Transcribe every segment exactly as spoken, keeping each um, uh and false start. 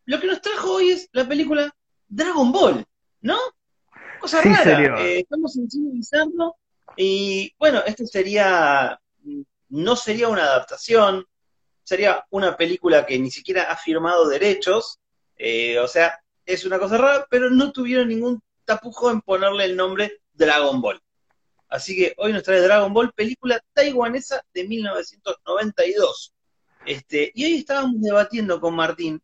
lo que nos trajo hoy es la película Dragon Ball, ¿no? Cosa Sí, rara, señor. eh, estamos en cine bizarro y bueno, esto sería, no sería una adaptación, sería una película que ni siquiera ha firmado derechos, eh, o sea, es una cosa rara, pero no tuvieron ningún tapujo en ponerle el nombre Dragon Ball. Así que hoy nos trae Dragon Ball, película taiwanesa de mil novecientos noventa y dos. Este, y hoy estábamos debatiendo con Martín,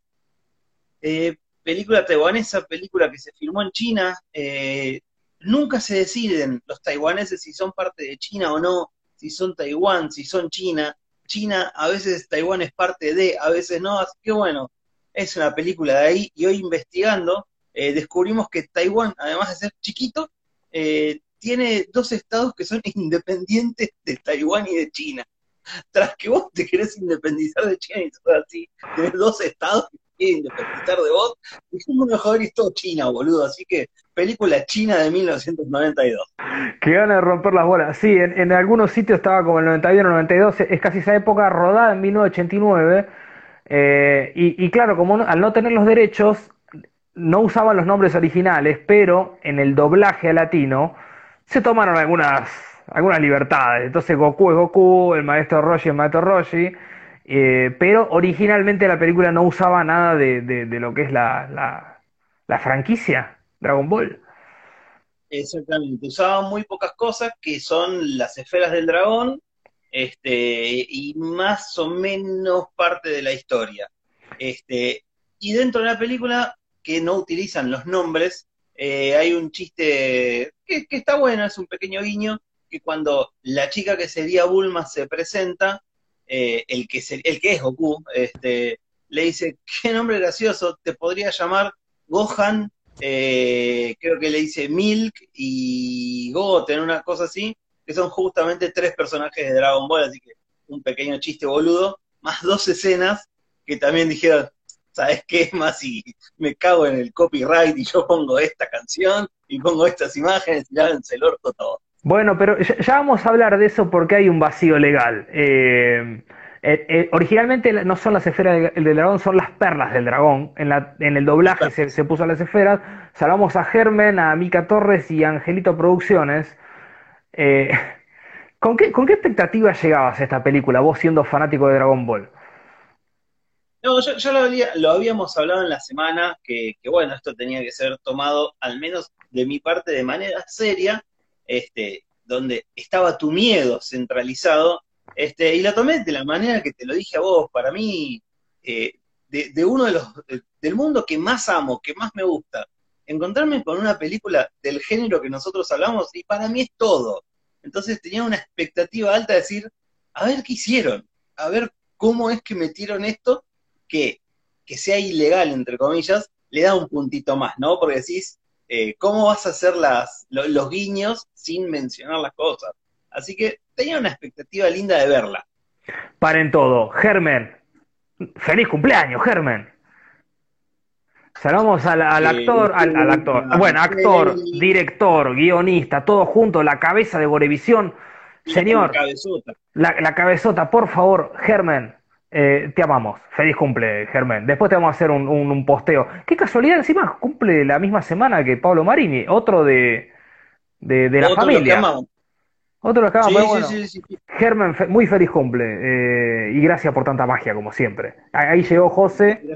eh, película taiwanesa, película que se filmó en China, eh, nunca se deciden los taiwaneses si son parte de China o no, si son Taiwán, si son China. China, a veces Taiwán es parte de, a veces no, así que bueno, es una película de ahí y hoy investigando eh, descubrimos que Taiwán, además de ser chiquito, eh, tiene dos estados que son independientes de Taiwán y de China. Tras que vos te querés independizar de China y todo así, tenés dos estados que quieren independizar de vos, y como mejor es todo China, boludo. Así que, película china de mil novecientos noventa y dos. Qué ganas de romper las bolas. Sí, en, en algunos sitios estaba como el noventa y uno, noventa y dos, es casi esa época, rodada en mil novecientos ochenta y nueve. Eh, y, y claro, como no- al no tener los derechos, no usaban los nombres originales, pero en el doblaje a latino se tomaron algunas, algunas libertades. Entonces Goku es Goku, el maestro Roshi es maestro Roshi, eh, pero originalmente la película no usaba nada de, de- de lo que es la, la, la franquicia Dragon Ball. Exactamente, usaban muy pocas cosas que son las esferas del dragón, este, y más o menos parte de la historia. Este, y dentro de la película, que no utilizan los nombres, eh, hay un chiste que, que está bueno, es un pequeño guiño, que cuando la chica que sería Bulma se presenta, eh, el, que se- el que es Goku, este, le dice, qué nombre gracioso, te podría llamar Gohan, eh, creo que le dice Milk y Goten, una cosa así, que son justamente tres personajes de Dragon Ball, así que un pequeño chiste boludo, más dos escenas que también dijeron, ¿sabes qué? Más si me cago en el copyright y yo pongo esta canción y pongo estas imágenes y háganse el orto todo. Bueno, pero ya, ya vamos a hablar de eso porque hay un vacío legal. Eh, eh, eh, originalmente la- no son las esferas del, del dragón, son las perlas del dragón. En, la, en el Las doblaje se, perlas. se puso las esferas. Saludamos a Germen, a Mica Torres y a Angelito Producciones. Eh, ¿con qué, con qué expectativas llegabas a esta película, vos siendo fanático de Dragon Ball? No, yo, yo lo, había- lo habíamos hablado en la semana, que, que bueno, esto tenía que ser tomado, al menos de mi parte, de manera seria, este, donde estaba tu miedo centralizado, este, y lo tomé de la manera que te lo dije a vos, para mí, eh, de, de uno de los, de- del mundo que más amo, que más me gusta, encontrarme con una película del género que nosotros hablamos, y para mí es todo. Entonces tenía una expectativa alta de decir, a ver qué hicieron, a ver cómo es que metieron esto que, que sea ilegal, entre comillas, le da un puntito más, ¿no? Porque decís, eh, ¿cómo vas a hacer las, lo- los guiños sin mencionar las cosas? Así que tenía una expectativa linda de verla. Paren todo. Germen, feliz cumpleaños, Germen. Saludamos al, al Que actor, al, al actor, bueno, actor, feliz director, guionista, todo junto, la cabeza de Gorevisión. la, la Señor, cabezota. la, la cabezota, por favor, Germen, eh, te amamos. Feliz cumple, Germen. Después te vamos a hacer un, un- un posteo. Qué casualidad, encima cumple la misma semana que Pablo Marini, otro de, de, de la Otro de los que familia. amamos. Otro de los que amamos, pero Sí, sí, bueno. sí, sí, sí. Germen, fe- muy feliz cumple. Eh, y gracias por tanta magia, como siempre. Ahí ahí llegó José.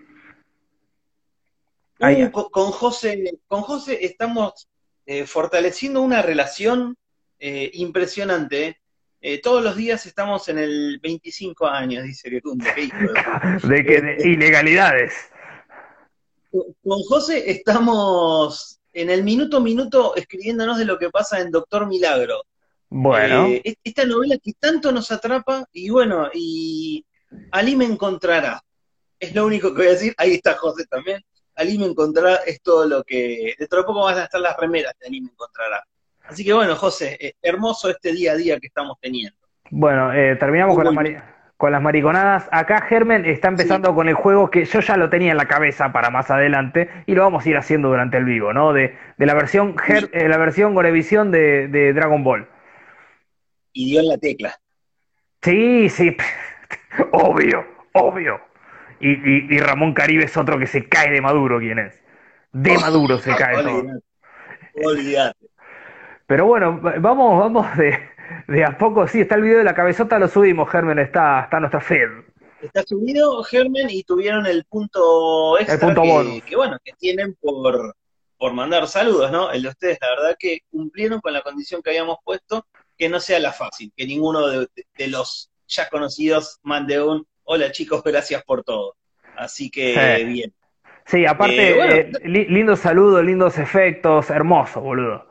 Ahí, Uh, con, con José, con José estamos eh, fortaleciendo una relación eh, impresionante. ¿eh? Eh, todos los días estamos en el veinticinco años, dice que cumple, qué hijo de puta. de, que, de Este, ilegalidades. con José estamos en el minuto a minuto escribiéndonos de lo que pasa en Doctor Milagro. Bueno, Eh, es- esta novela que tanto nos atrapa y bueno, y Ali me encontrará. Es lo único que voy a decir. Ahí está José también. Ali me encontrará es todo lo que... Dentro de poco van a estar las remeras de Ali me encontrará. Así que bueno, José, eh, hermoso este día a día que estamos teniendo. bueno, eh, terminamos Muy, con las, muy, mari- muy. con las mariconadas. Acá Germen está Sí, empezando con el juego que yo ya lo tenía en la cabeza para más adelante y lo vamos a ir haciendo durante el vivo, ¿no? De, de la versión Ger- y, eh, la versión Gorevisión de, de Dragon Ball. y dio en la tecla. Sí, sí, obvio, obvio. Y, y, y Ramón Caribe es otro que se cae de maduro, ¿quién es? De maduro se cae todo. Olvídate, olvídate. Pero bueno, vamos, vamos de, de a poco. Sí, está el video de la cabezota, lo subimos, Germen, está, está nuestra Fed. Está subido, Germen, y tuvieron el punto El extra punto bonus. que, que bueno, que tienen por, por mandar saludos, ¿no? El de ustedes, la verdad que cumplieron con la condición que habíamos puesto, que no sea la fácil, que ninguno de, de los ya conocidos mande un hola chicos, gracias por todo. Así Sí. que bien. Sí, Eh, aparte, bueno, eh, li- lindos saludos, lindos efectos, hermoso, boludo.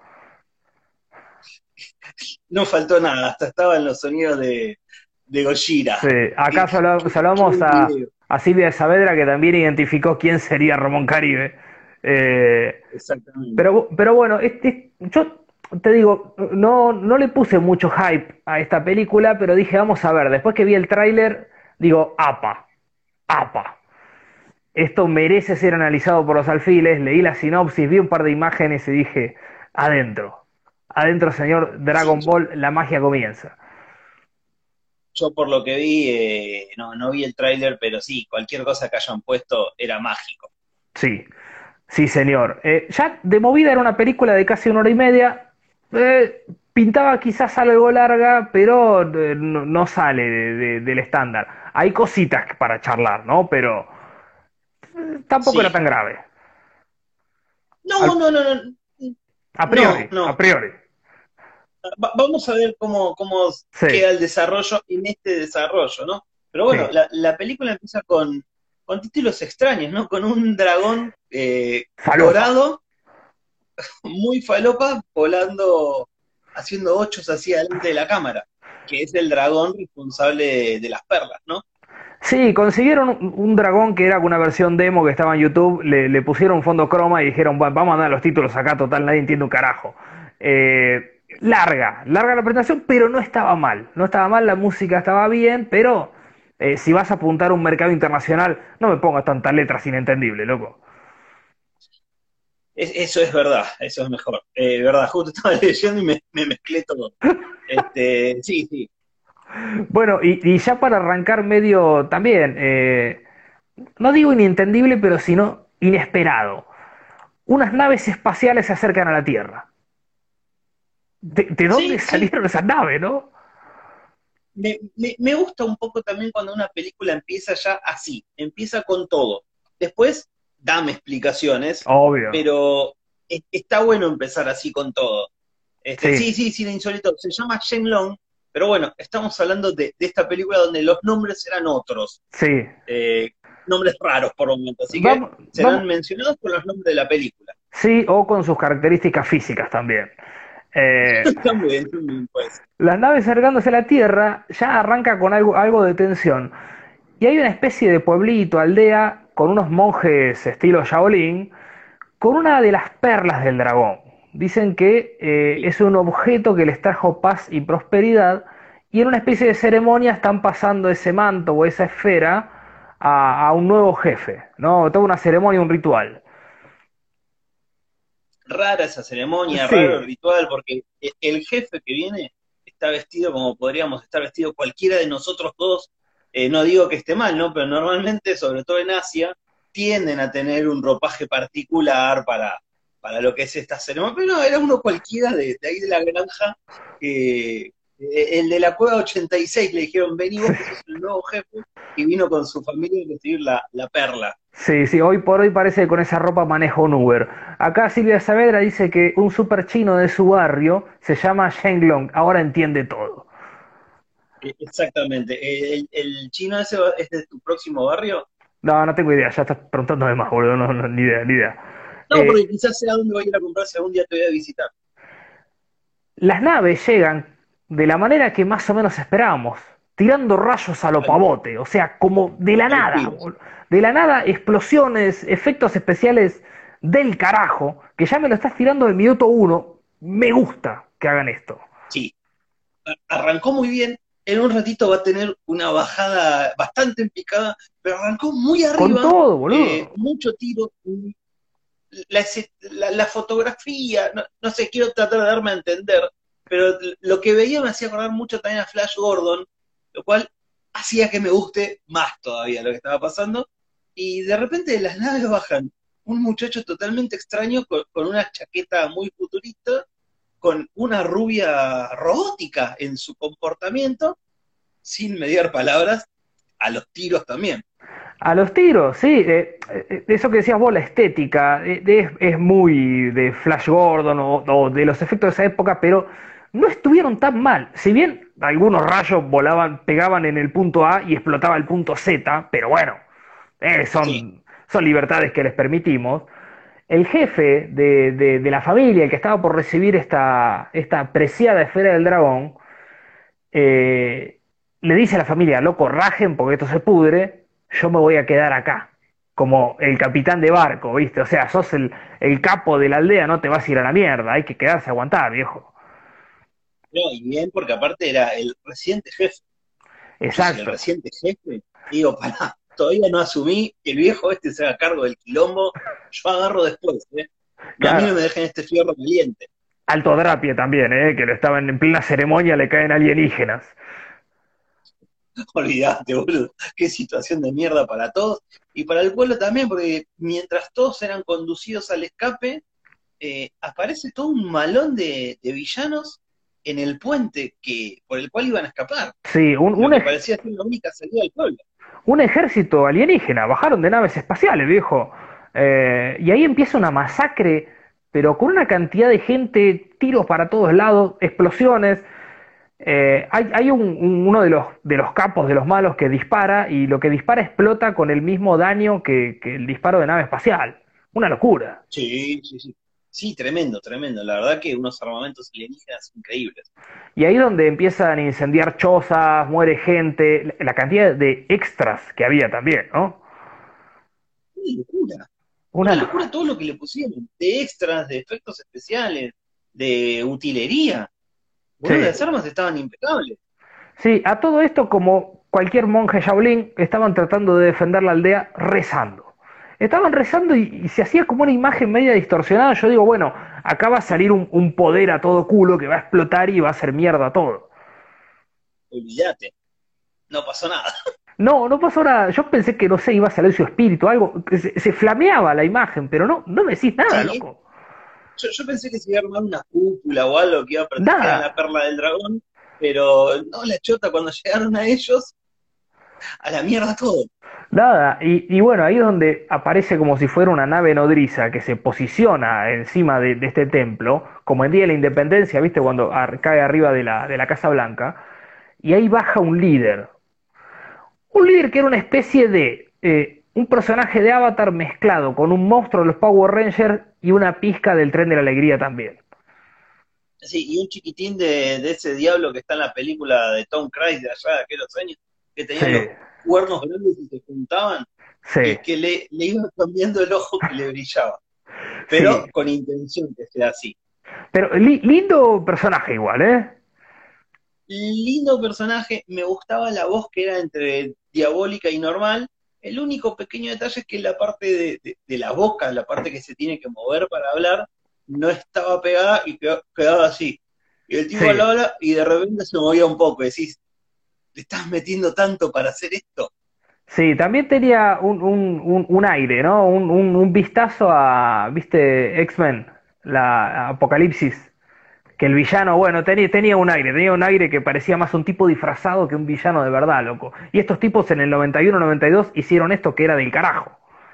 no faltó nada, hasta estaban los sonidos de, de Gojira. Sí, Qué, acá qué, sala- qué- qué saludamos buen a, video, a Silvia de Saavedra, que también identificó quién sería Ramón Caribe. Eh, exactamente. pero, pero bueno, este, yo te digo, no, no le puse mucho hype a esta película, pero dije, vamos a ver, después que vi el tráiler, digo, apa, apa. Esto merece ser analizado por los alfiles, leí la sinopsis, vi un par de imágenes y dije, adentro, adentro señor Sí, Dragon Ball, la magia comienza. yo por lo que vi, eh, no, no vi el tráiler, pero sí, cualquier cosa que hayan puesto era mágico. Sí, sí señor. Eh, ya de movida era una película de casi una hora y media, eh, pintaba quizás algo larga, pero eh, no, no sale de- de- del estándar. Hay cositas para charlar, ¿no? Pero eh, tampoco era Sí. tan grave. No, Al- no, no, no, a no, priori, a no. priori. Va- vamos a ver cómo, cómo Sí, queda el desarrollo en este desarrollo, ¿no? Pero sí. bueno, la, la película empieza con, con títulos extraños, ¿no? Con un dragón eh, Falopa. dorado, muy falopa, volando, haciendo ochos hacia delante de la cámara, que es el dragón responsable de las perlas, ¿no? Sí, consiguieron un, un dragón que era una versión demo que estaba en YouTube, le, le pusieron un fondo croma y dijeron, "Va- vamos a dar los títulos acá, total, nadie entiende un carajo. Eh, larga, larga la presentación, pero no estaba mal, no estaba mal, la música estaba bien, pero eh, si vas a apuntar a un mercado internacional, no me pongas tantas letras inentendibles, loco. Es- eso es verdad, eso es mejor. Eh, verdad, justo estaba leyendo y me, me mezclé todo. Este, sí, sí, Bueno, y, y ya para arrancar medio también, eh, no digo inentendible, pero sino inesperado. Unas naves espaciales se acercan a la Tierra. ¿De, de dónde sí, sí. salieron esas naves, no? Me, me, me gusta un poco también cuando una película empieza ya así, empieza con todo. Después, dame explicaciones, Obvio. pero es- está bueno empezar así con todo. Este, Sí, sí, sí, cine insólito. Se llama Shenlong, pero bueno, estamos hablando de, de esta película donde los nombres eran otros, sí. eh, nombres raros por momento, así que Vamos, vamos. serán mencionados con los nombres de la película. Sí, o con sus características físicas también. Eh, También, también, pues. las naves acercándose a la Tierra ya arranca con algo, algo de tensión. Y hay una especie de pueblito, aldea, con unos monjes estilo Shaolin, con una de las perlas del dragón. Dicen que eh, Sí. es un objeto que les trajo paz y prosperidad, y en una especie de ceremonia están pasando ese manto o esa esfera a, a un nuevo jefe, ¿no? Toda una ceremonia, un ritual. Rara esa ceremonia, raro el Sí, ritual, porque e- el jefe que viene está vestido como podríamos estar vestido cualquiera de nosotros dos. Eh, no digo que esté mal, ¿no? Pero normalmente, sobre todo en Asia, tienden a tener un ropaje particular para, para lo que es esta ceremonia. Pero no, era uno cualquiera de, de ahí de la granja, que eh, el de la cueva ochenta y seis le dijeron, vení vos que sos el nuevo jefe, y vino con su familia a recibir la, la perla. sí, sí, hoy por hoy parece que con esa ropa maneja un Uber. Acá Silvia Saavedra dice que un super chino de su barrio se llama Shenglong, ahora entiende todo. Eh, Exactamente. Eh, ¿El, el chino ese va- es de tu próximo barrio? No, no tengo idea, ya estás preguntando de más, boludo, no, no, ni idea, ni idea. No, Eh, porque quizás sea donde voy a ir a comprar si algún día te voy a visitar. las naves llegan de la manera que más o menos esperábamos, tirando rayos a lo Tal cual, pavote, o sea, como de la a los nada, tiros. boludo. De la nada, explosiones, efectos especiales del carajo, que ya me lo estás tirando de minuto uno, me gusta que hagan esto. Sí, a- arrancó muy bien. En un ratito va a tener una bajada bastante en picada, pero arrancó muy Con arriba, todo, eh, boludo. mucho tiro. mm, La, ese- la- la fotografía, no, no sé, quiero tratar de darme a entender, pero lo que veía me hacía acordar mucho también a Flash Gordon, lo cual hacía que me guste más todavía lo que estaba pasando. y de repente de las naves bajan un muchacho totalmente extraño con, con una chaqueta muy futurista, con una rubia robótica en su comportamiento, sin mediar palabras, a los tiros también. A los tiros, sí, eh, eh, eso que decías vos, la estética, eh, es, es muy de Flash Gordon o, o de los efectos de esa época, pero no estuvieron tan mal. Si bien algunos rayos volaban, pegaban en el punto A y explotaba el punto Z, pero bueno, eh, Sí, son, son libertades que les permitimos. El jefe de, de, de la familia, el que estaba por recibir esta, esta preciada esfera del dragón, eh, le dice a la familia, loco, rajen porque esto se pudre, yo me voy a quedar acá, como el capitán de barco, ¿viste? O sea, sos el, el capo de la aldea, no te vas a ir a la mierda, hay que quedarse a aguantar, viejo. no, y bien, porque aparte era el reciente jefe. Yo soy el Exacto. reciente jefe, digo, pará, todavía no asumí que el viejo este se haga cargo del quilombo, yo agarro después, ¿eh? No, a mí no Claro. me dejen este fierro caliente. Alto Drapie también, ¿eh? Que lo estaban en plena ceremonia, le caen alienígenas. Olvídate, boludo. Qué situación de mierda para todos. Y para el pueblo también, porque mientras todos eran conducidos al escape, eh, aparece todo un malón de, de villanos en el puente que, por el cual iban a escapar. Sí, un, Lo un, que ej- parecía ser la única salida del pueblo. un ejército alienígena, bajaron de naves espaciales, viejo. Eh, y ahí empieza una masacre, pero con una cantidad de gente, tiros para todos lados, explosiones. Eh, hay hay un- un- uno de los, de los capos de los malos que dispara y lo que dispara explota con el mismo daño que, que el disparo de nave espacial. Una locura. Sí, sí, sí. Sí, tremendo, tremendo. La verdad que unos armamentos alienígenas increíbles. Y ahí donde empiezan a incendiar chozas, muere gente, la la cantidad de extras que había también, ¿no? Una locura. Una Una locura. locura todo lo que le pusieron. De extras, de efectos especiales, de utilería. Sí. Boludo, las armas estaban impecables. Sí, a todo esto, como cualquier monje Shaolin, estaban tratando de defender la aldea rezando. Estaban rezando y, y se hacía como una imagen media distorsionada. Yo digo, bueno, acá va a salir un, un poder a todo culo que va a explotar y va a hacer mierda todo. Olvídate. No pasó nada. No, no pasó nada. Yo pensé que, no sé, iba a salir su espíritu, algo. que Se, se flameaba la imagen, pero no, no me decís nada, Sí, loco. yo, yo pensé que se iba a armar una cúpula o algo que iba a proteger a la Nada, perla del dragón, pero no, la chota, cuando llegaron a ellos, a la mierda todo. nada. Y, y bueno, ahí es donde aparece como si fuera una nave nodriza que se posiciona encima de, de este templo, como en Día de la Independencia, ¿viste? Cuando ar- cae arriba de la, de la Casa Blanca. Y ahí baja un líder. Un líder que era una especie de... eh, un personaje de Avatar mezclado con un monstruo de los Power Rangers y una pizca del Tren de la Alegría también. Sí, y un chiquitín de, de ese diablo que está en la película de Tom Cruise de allá de aquellos años, que Sí, tenían los cuernos grandes y se juntaban, sí, y que le, le iba cambiando el ojo que le brillaba, sí. pero con intención que sea así. Pero li- lindo personaje igual, ¿eh? Lindo personaje, me gustaba la voz que era entre diabólica y normal. El único pequeño detalle es que la parte de, de- de la boca, la parte que se tiene que mover para hablar, no estaba pegada y quedaba, quedaba así. Y el tipo Sí. hablaba y de repente se movía un poco. Decís, ¿te estás metiendo tanto para hacer esto? Sí, también tenía un, un, un, un aire, ¿no? Un, un, un vistazo a, ¿viste? X-Men, la Apocalipsis, que el villano, bueno, tenía, tenía un aire, tenía un aire que parecía más un tipo disfrazado que un villano de verdad, loco. Y estos tipos en el noventa y uno noventa y dos hicieron esto que era del carajo.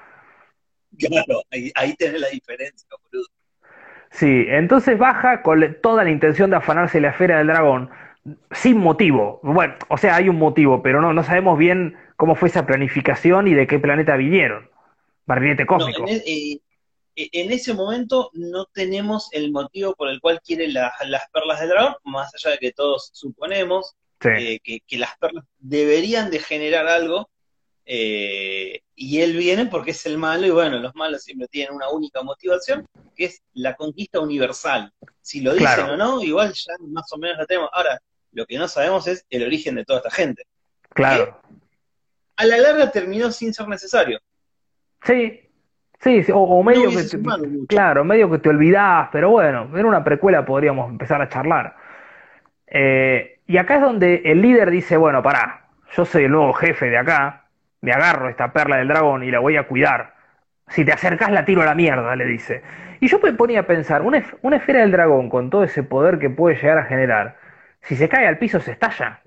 Claro, ahí, ahí tenés la diferencia, boludo. Sí, entonces baja con le- toda la intención de afanarse la esfera del dragón, sin motivo. Bueno, o sea, hay un motivo, pero no, no sabemos bien cómo fue esa planificación y de qué planeta vinieron. Barrilete No, en, cósmico. e- eh, en ese momento no tenemos el motivo por el cual quiere la- las perlas del dragón, más allá de que todos suponemos Sí, eh, que, que las perlas deberían de generar algo, eh, y él viene porque es el malo, y bueno, los malos siempre tienen una única motivación, que es la conquista universal. Si lo dicen claro, o no, igual ya más o menos lo tenemos. Ahora, lo que no sabemos es el origen de toda esta gente, que claro. a la larga terminó sin ser necesario. Sí, sí, sí, o, o No medio que, hubiese te- sumado mucho. claro, medio que te olvidás, pero bueno, en una precuela podríamos empezar a charlar. Eh, y acá es donde el líder dice, bueno, pará, yo soy el nuevo jefe de acá, me agarro esta perla del dragón y la voy a cuidar. Si te acercás la tiro a la mierda, le dice. Y yo me ponía a pensar, una, ef- una esfera del dragón con todo ese poder que puede llegar a generar, si se cae al piso se estalla.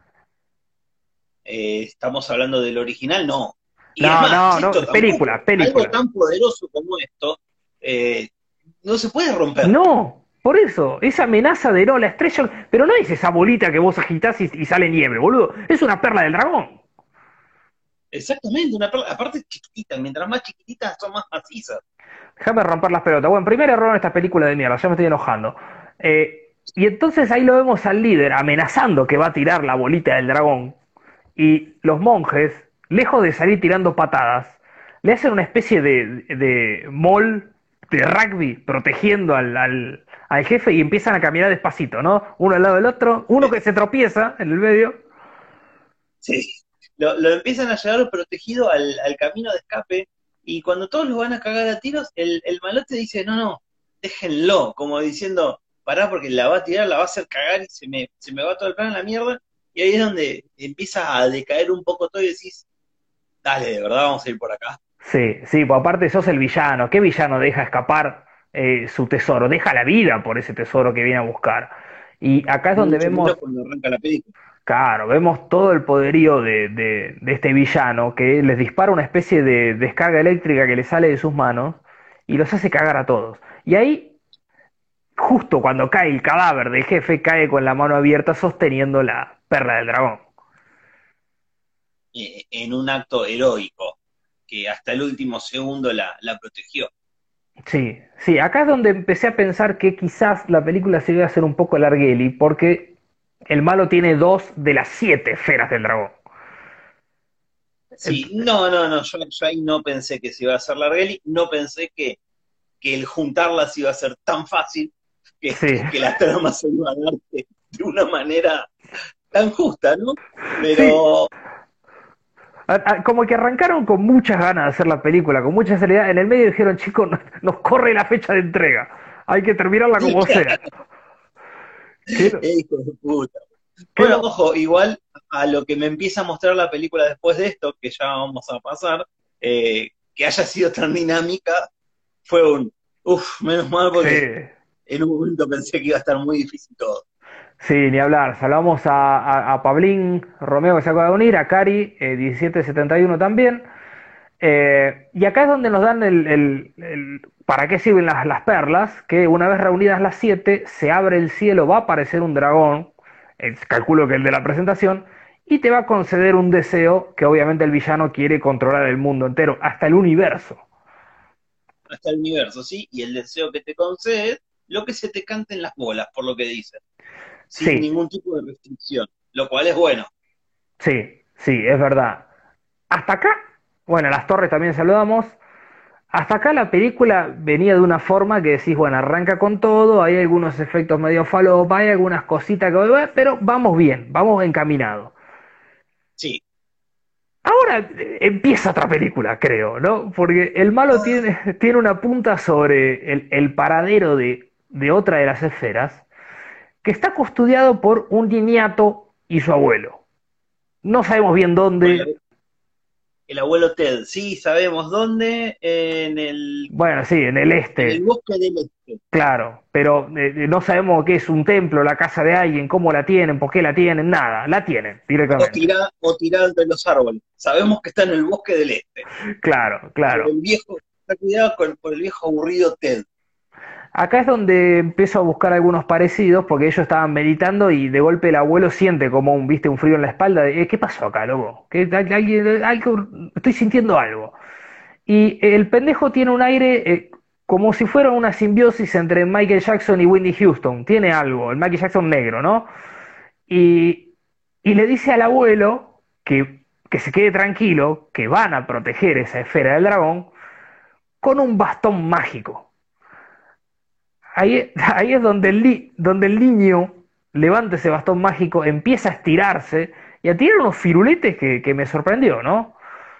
Eh, estamos hablando del original, no. Y es No, más, no, esto no, tampoco. película, Algo película. tan poderoso como esto eh, no se puede romper. No, por eso, esa amenaza de no, la estrella, pero no es esa bolita que vos agitás y, y sale nieve, boludo, es una perla del dragón. Exactamente, una perla, aparte chiquitita, mientras más chiquititas son más macizas. Déjame romper las pelotas. Bueno, primer error en esta película de mierda, ya me estoy enojando. Eh, y entonces ahí lo vemos al líder amenazando que va a tirar la bolita del dragón. Y los monjes, lejos de salir tirando patadas, le hacen una especie de, de mall de rugby protegiendo al, al, al jefe y empiezan a caminar despacito, ¿no? Uno al lado del otro, uno Eh, que se tropieza en el medio. sí, lo, lo empiezan a llevar protegido al, al camino de escape y cuando todos lo van a cagar a tiros, el, el malote dice, no, no, déjenlo, como diciendo, pará porque la va a tirar, la va a hacer cagar y se me, se me va todo el plan a la mierda. Y ahí es donde empieza a decaer un poco todo y decís, dale, de verdad vamos a ir por acá. Sí, sí, pues aparte sos el villano. ¿Qué villano deja escapar eh, su tesoro? Deja la vida por ese tesoro que viene a buscar. Y acá es donde Mucho vemos, menos cuando arranca la película. claro, vemos todo el poderío de, de- de este villano que les dispara una especie de descarga eléctrica que le sale de sus manos y los hace cagar a todos. Y ahí, justo cuando cae el cadáver del jefe, cae con la mano abierta sosteniendo la perla del dragón. eh, en un acto heroico, que hasta el último segundo la, la protegió. Sí, sí, acá es donde empecé a pensar que quizás la película se iba a hacer un poco largueli, porque el malo tiene dos de las siete esferas del dragón. Sí, Ent- no, no, no, yo, yo ahí no pensé que se iba a hacer la Largueli, no pensé que, que el juntarlas iba a ser tan fácil, que, Sí, que la trama se iba a dar de, de una manera tan justa, ¿no? sí, Pero a- a- como que arrancaron con muchas ganas de hacer la película, con mucha seriedad. En el medio dijeron, chicos, nos, nos corre la fecha de entrega, hay que terminarla como sea. ¿Qué, lo- eh, hijo de puta. qué Bueno, lo- ojo, igual a lo que me empieza a mostrar la película después de esto, que ya vamos a pasar, eh, que haya sido tan dinámica, fue un, uff, menos mal Sí, porque en un momento pensé que iba a estar muy difícil todo. sí, ni hablar. Saludamos a, a, a Pablín Romeo que se acaba de unir, a Cari, eh, diecisiete setenta y uno también. Eh, y acá es donde nos dan el, el- el para qué sirven las, las perlas, que una vez reunidas las siete, se abre el cielo, va a aparecer un dragón, eh, calculo que el de la presentación, y te va a conceder un deseo que obviamente el villano quiere controlar el mundo entero, hasta el universo. Hasta el universo, ¿sí? Y el deseo que te concedes, lo que se te cante en las bolas, por lo que dice, sin Sí, ningún tipo de restricción, lo cual es bueno. sí, sí, es verdad. Hasta acá, bueno, las torres también saludamos. Hasta acá la película venía de una forma que decís, bueno, arranca con todo, hay algunos efectos medio falopa, hay algunas cositas que, pero vamos bien, vamos encaminados. Sí. Ahora eh, empieza otra película, creo, ¿no? Porque el malo tiene, tiene una punta sobre el, el paradero de, de otra de las esferas, que está custodiado por un niñato y su abuelo. No sabemos bien Bueno, dónde. el abuelo Ted, sí, sabemos dónde, en el, Bueno, sí, en el en el este. bosque del este. Claro, pero eh, no sabemos qué es un templo, la casa de alguien, cómo la tienen, por qué la tienen, nada, la tienen O directamente. tirada, o tirada entre los árboles. Sabemos que está en el bosque del este. Claro, Por claro. el viejo, está cuidado con, por el viejo aburrido Ted. Acá es donde empiezo a buscar algunos parecidos, porque ellos estaban meditando y de golpe el abuelo siente como un, viste, un frío en la espalda. De, "Eh, ¿qué pasó acá, loco? ¿Qué, alguien, algo, estoy sintiendo algo. Y el pendejo tiene un aire eh, como si fuera una simbiosis entre Michael Jackson y Whitney Houston. Tiene algo, el Michael Jackson negro, ¿no? Y, y le dice al abuelo que, que se quede tranquilo, que van a proteger esa esfera del dragón con un bastón mágico. Ahí, ahí es donde el, li- donde el niño levanta ese bastón mágico, empieza a estirarse y a tirar unos firuletes que, que me sorprendió, ¿no?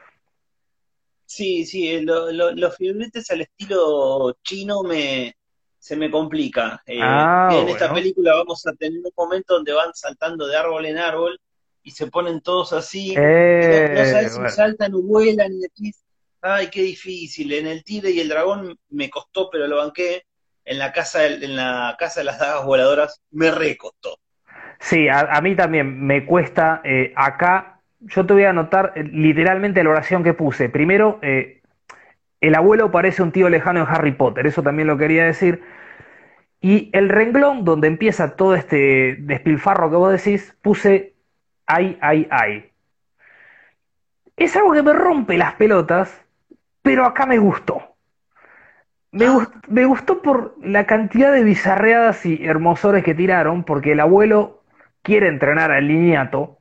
Sí, sí, eh, lo- lo- los filetes al estilo chino me, se me complica. Eh, Ah, en esta bueno. película vamos a tener un momento donde van saltando de árbol en árbol y se ponen todos así, y no, no Eh, sabes si bueno. saltan o vuelan, y decís, ay, qué difícil. En el Tigre y el Dragón me costó, pero lo banqué. En la casa, del- en la casa de las dagas voladoras me recostó. Sí, a, a mí también me cuesta. Eh, acá yo te voy a anotar eh, literalmente la oración que puse. Primero, eh, el abuelo parece un tío lejano en Harry Potter, eso también lo quería decir. Y el renglón donde empieza todo este despilfarro que vos decís, puse ay, ay, ay. Es algo que me rompe las pelotas, pero acá me gustó. Me, gust- Ah, me gustó por la cantidad de bizarreadas y hermosores que tiraron, porque el abuelo quiere entrenar al niñato.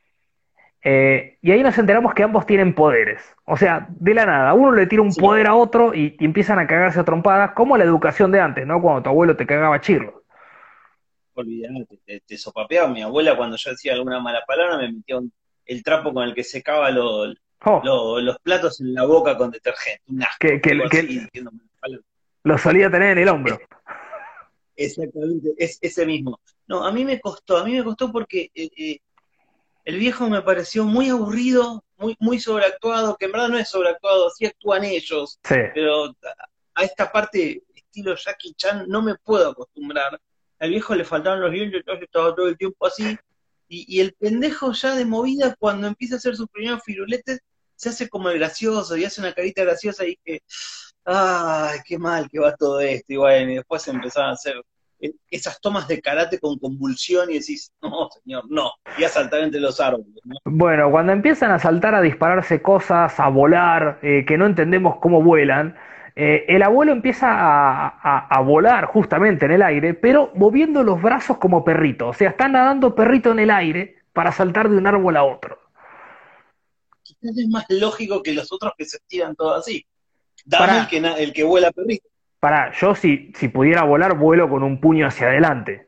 Eh, y ahí nos enteramos que ambos tienen poderes. O sea, de la nada, uno le tira un sí, poder a otro y, y empiezan a cagarse a trompadas, como la educación de antes, ¿no? Cuando tu abuelo te cagaba a chirlo. olvídate, te, te sopapeaba. Mi abuela, cuando yo decía alguna mala palabra, me metía un- el trapo con el que secaba lo- Oh, lo- los platos en la boca con detergente. Un asco, que, vivo que, así que diciendo malas palabras. lo solía tener en el hombro. Exactamente, es ese mismo. No, a mí me costó, a mí me costó porque eh, eh, el viejo me pareció muy aburrido, muy, muy sobreactuado, que en verdad no es sobreactuado, sí actúan ellos, Sí. pero a, a esta parte estilo Jackie Chan no me puedo acostumbrar. Al viejo le faltaban los dientes, entonces estaba todo el tiempo así, y, y el pendejo ya de movida, cuando empieza a hacer sus primeros firuletes, se hace como el gracioso y hace una carita graciosa y que, ay, qué mal que va todo esto, y bueno, y después empezaron a hacer eh, esas tomas de karate con convulsión y decís, no, señor, no, y a saltar entre los árboles, ¿no? Bueno, cuando empiezan a saltar, a dispararse cosas, a volar, eh, que no entendemos cómo vuelan, eh, el abuelo empieza a, a- a volar justamente en el aire, pero moviendo los brazos como perrito. O sea, está nadando perrito en el aire para saltar de un árbol a otro. Quizás es más lógico que los otros que se estiran todo así. Dame el Para, que, na- el que vuela perrito. para, yo si, si pudiera volar, vuelo con un puño hacia adelante.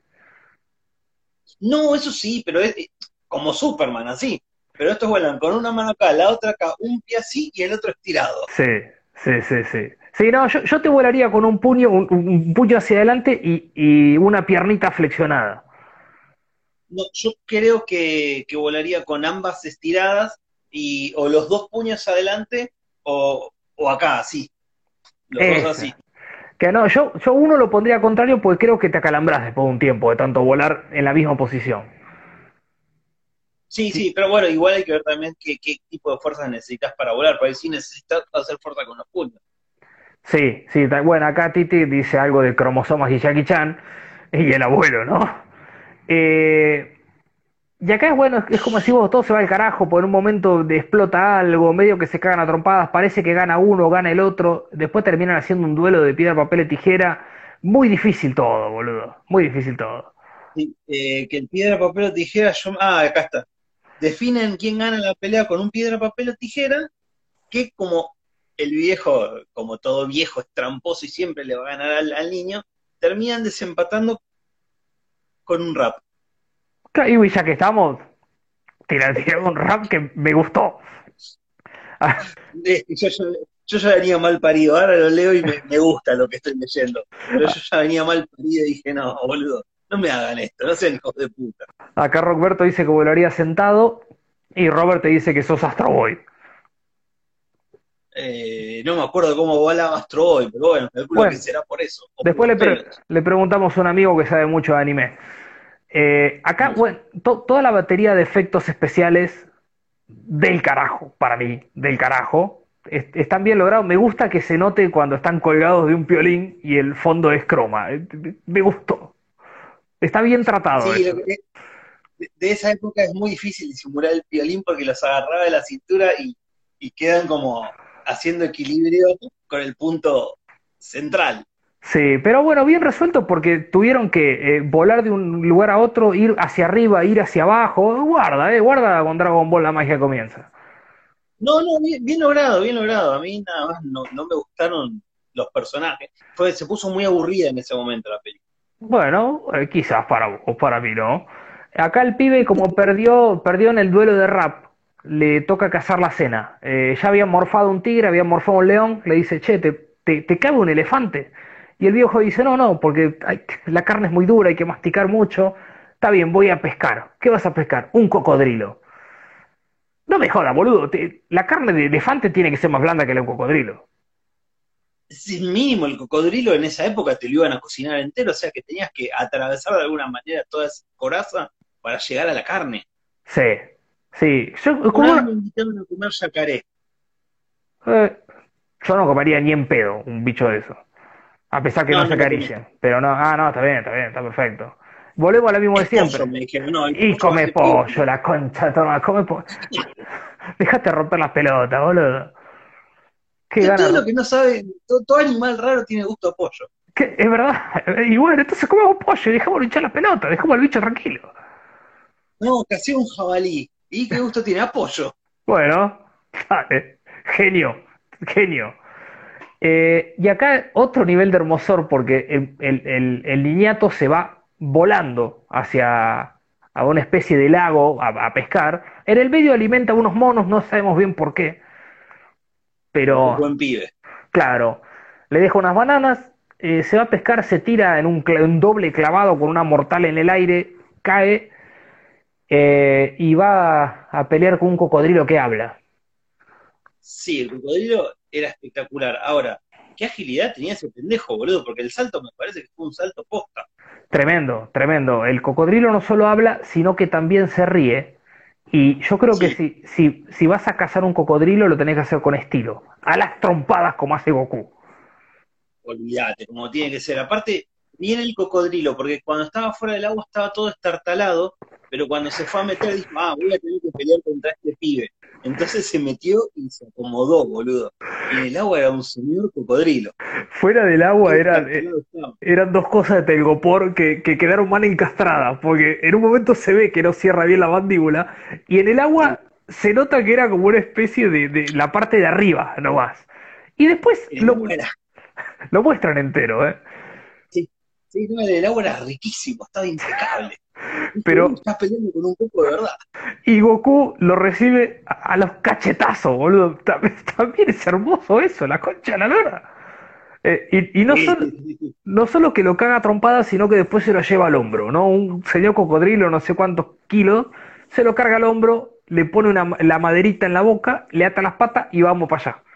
No, eso sí, pero es es como Superman, así. Pero estos vuelan con una mano acá, la otra acá, un pie así y el otro estirado. Sí, sí, sí, sí. Sí, no, yo, yo te volaría con un puño, un, un puño hacia adelante y, y una piernita flexionada. No, yo creo que, que volaría con ambas estiradas y o los dos puños adelante o, o acá, así. Los dos Esa. así. Que no, yo, yo uno lo pondría contrario porque creo que te acalambras después de un tiempo de tanto volar en la misma posición. Sí, Sí, sí, pero bueno, igual hay que ver también qué, qué tipo de fuerza necesitas para volar, porque si necesitas hacer fuerza con los puños. sí, sí. ta- Bueno, acá Titi dice algo de cromosomas y Jackie Chan y el abuelo, ¿no? Eh, y acá es bueno, es, es como si vos todo se va al carajo, por un momento de explota algo, medio que se cagan a trompadas, parece que gana uno, gana el otro, después terminan haciendo un duelo de piedra, papel y tijera. Muy difícil todo, boludo. Muy difícil todo. Sí, eh, que el piedra, papel o tijera, yo... Ah, acá está. Definen quién gana la pelea con un piedra, papel o tijera, que como el viejo, como todo viejo es tramposo y siempre le va a ganar al, al niño, terminan desempatando con un rap. Claro, y ya que estamos, tira, tira un rap que me gustó. Eh, yo, yo, yo ya venía mal parido, ahora lo leo y me, me gusta lo que estoy leyendo, pero yo ya venía mal parido y dije, no, boludo, no me hagan esto, no sean hijos de puta. Acá Roberto dice que volaría sentado y Robert te dice que sos Astro Boy. Eh, no me acuerdo cómo va la Astro Boy, pero bueno, calculo que Bueno, será por eso, o por después los le, pre- pelos. le preguntamos a un amigo que sabe mucho de anime. Eh, acá, Mm. bueno, to- toda la batería de efectos especiales del carajo, para mí, del carajo. Es- están bien logrados. Me gusta que se note cuando están colgados de un piolín y el fondo es croma. Eh, Me gustó. Está bien tratado Sí, eso. lo que- de, de esa época es muy difícil disimular el violín porque los agarraba de la cintura y, y quedan como haciendo equilibrio con el punto central. Sí, pero bueno, bien resuelto porque tuvieron que eh, volar de un lugar a otro, ir hacia arriba, ir hacia abajo. Guarda, eh, guarda con Dragon Ball la magia comienza. No, no, bien, bien logrado, bien logrado. A mí nada más no, no me gustaron los personajes. Fue, se puso muy aburrida en ese momento la película. Bueno, eh, quizás para vos, para mí no. Acá el pibe, como perdió, perdió en el duelo de rap, le toca cazar la cena. Eh, ya había morfado un tigre, había morfado un león, le dice, che, te, te, te cabe un elefante. Y el viejo dice, no, no, porque hay- la carne es muy dura, hay que masticar mucho. Está bien, voy a pescar. ¿Qué vas a pescar? Un cocodrilo. No me jodas, boludo. Te- la carne de elefante tiene que ser más blanda que la de un cocodrilo. Sin mínimo, el cocodrilo en esa época te lo iban a cocinar entero, o sea que tenías que atravesar de alguna manera toda esa coraza para llegar a la carne. Sí, sí. Yo, Una como, vez me invitaron a comer yacaré. eh, yo no comería ni en pedo un bicho de eso. A pesar que no No, se no lo comiste. acarician. Pero no, ah, no, está bien, está bien, está perfecto. Volvemos a lo mismo de Es pollo, siempre. me dijeron, no, el Y pollo come hace pollo, pollo. la concha, toma, come pollo. Dejate romper las pelotas, boludo. Qué Todo, todo ganas. lo que no sabe, todo, todo animal raro tiene gusto a pollo. ¿Qué? Es verdad. Y bueno, entonces comemos pollo y dejamos hinchar las pelotas, dejamos al bicho tranquilo. No, casi un jabalí. ¿Y qué gusto tiene? A pollo. Bueno, dale. Genio, genio. Eh, y acá otro nivel de hermosor, porque el, el, el, el niñato se va volando hacia a una especie de lago a, a pescar. En el medio alimenta a unos monos, no sabemos bien por qué, Como pero buen pibe. claro, le deja unas bananas, eh, se va a pescar, se tira en un, cla- un doble clavado con una mortal en el aire, cae eh, y va a pelear con un cocodrilo que habla. Sí, el cocodrilo era espectacular. Ahora, qué agilidad tenía ese pendejo, boludo, porque el salto me parece que fue un salto posta. Tremendo, tremendo. El cocodrilo no solo habla, sino que también se ríe. Y yo creo que Sí, si, si, si vas a cazar un cocodrilo, lo tenés que hacer con estilo. A las trompadas como hace Goku. olvídate, como tiene que ser. Aparte, viene el cocodrilo, porque cuando estaba fuera del agua estaba todo estartalado, pero cuando se fue a meter dijo, ah, voy a tener que pelear contra este pibe. Entonces se metió y se acomodó, boludo. Y en el agua era un señor cocodrilo. Fuera del agua Qué eran, eh, calculado estaba. eran dos cosas de telgopor que, que quedaron mal encastradas, porque en un momento se ve que no cierra bien la mandíbula, y en el Sí, agua se nota que era como una especie de, de la parte de arriba nomás. Y después en el lo, agua era, lo muestran entero, ¿eh? sí, sí, no, en el agua era riquísimo, estaba impecable. Dije, uy, Pero estás peleando con un coco de verdad. y Goku lo recibe a, a los cachetazos, boludo. Tam- También es hermoso eso, la concha de la lora. Eh, y, y no Sí, solo, sí, sí, sí. no solo que lo caga a trompadas, sino que después se lo lleva al hombro, ¿no? Un señor cocodrilo, no sé cuántos kilos, se lo carga al hombro, le pone una, la maderita en la boca, le ata las patas y vamos para allá.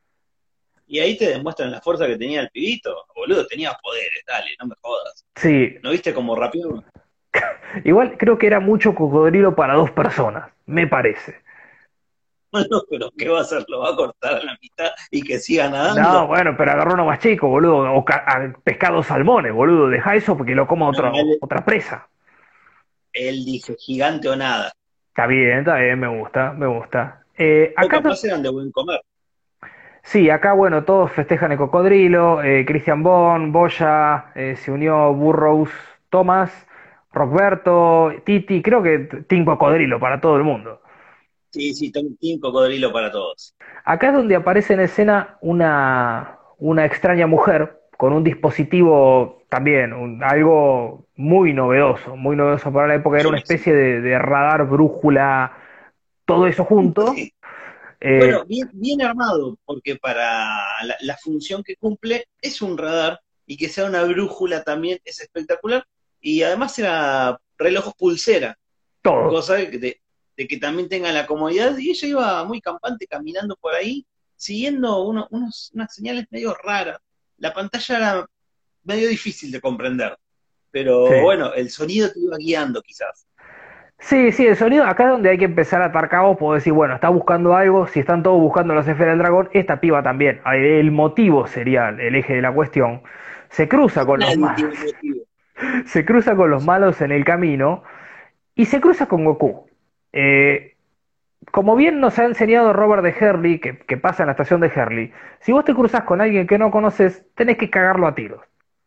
Y ahí te demuestran la fuerza que tenía el pibito. Boludo, tenía poderes, dale, no me jodas. Sí, ¿No viste cómo rapeaba? igual creo que era mucho cocodrilo para dos personas, me parece. Bueno, pero ¿qué va a hacer? ¿Lo va a cortar a la mitad y que siga No, nadando? bueno, pero agarró uno más chico, boludo. O ca- a- pescado salmones, boludo. Deja eso porque lo coma No, otra, él, otra presa. él dice gigante o nada. Está bien, está bien, me gusta, me gusta. Eh, O acá, capaz to- eran de buen comer. sí, acá, bueno, todos festejan el cocodrilo. Eh, Christian Bond, Boya, eh, se unió Burroughs, Thomas, Rockberto, Titi. Creo que t- Team Cocodrilo para todo el mundo. Sí, sí, Team Team cocodrilo para todos. Acá es donde aparece en escena una, una extraña mujer con un dispositivo también, un- algo muy novedoso, muy novedoso para la época. Era una Chulísimo. especie de, de radar, brújula, todo eso junto. Sí. Eh, Bueno, bien, bien armado, porque para la, la función que cumple es un radar y que sea una brújula también es espectacular. Y además era reloj pulsera, todo. cosa de que, de, de que también tenga la comodidad. Y ella iba muy campante caminando por ahí, siguiendo uno- unos, unas señales medio raras. La pantalla era medio difícil de comprender, Sí. pero bueno, el sonido te iba guiando quizás. Sí, sí, el sonido, acá es donde hay que empezar a atar cabos, puedo decir, bueno, está buscando algo, si están todos buscando las esferas del dragón, esta piba también. El motivo sería el eje de la cuestión. Se cruza con los Nadie malos, tiene motivo. se cruza con los malos en el camino y se cruza con Goku. Eh, como bien nos ha enseñado Robert de Herley, que, que pasa en la estación de Herley, si vos te cruzas con alguien que no conoces, tenés que cagarlo a tiros.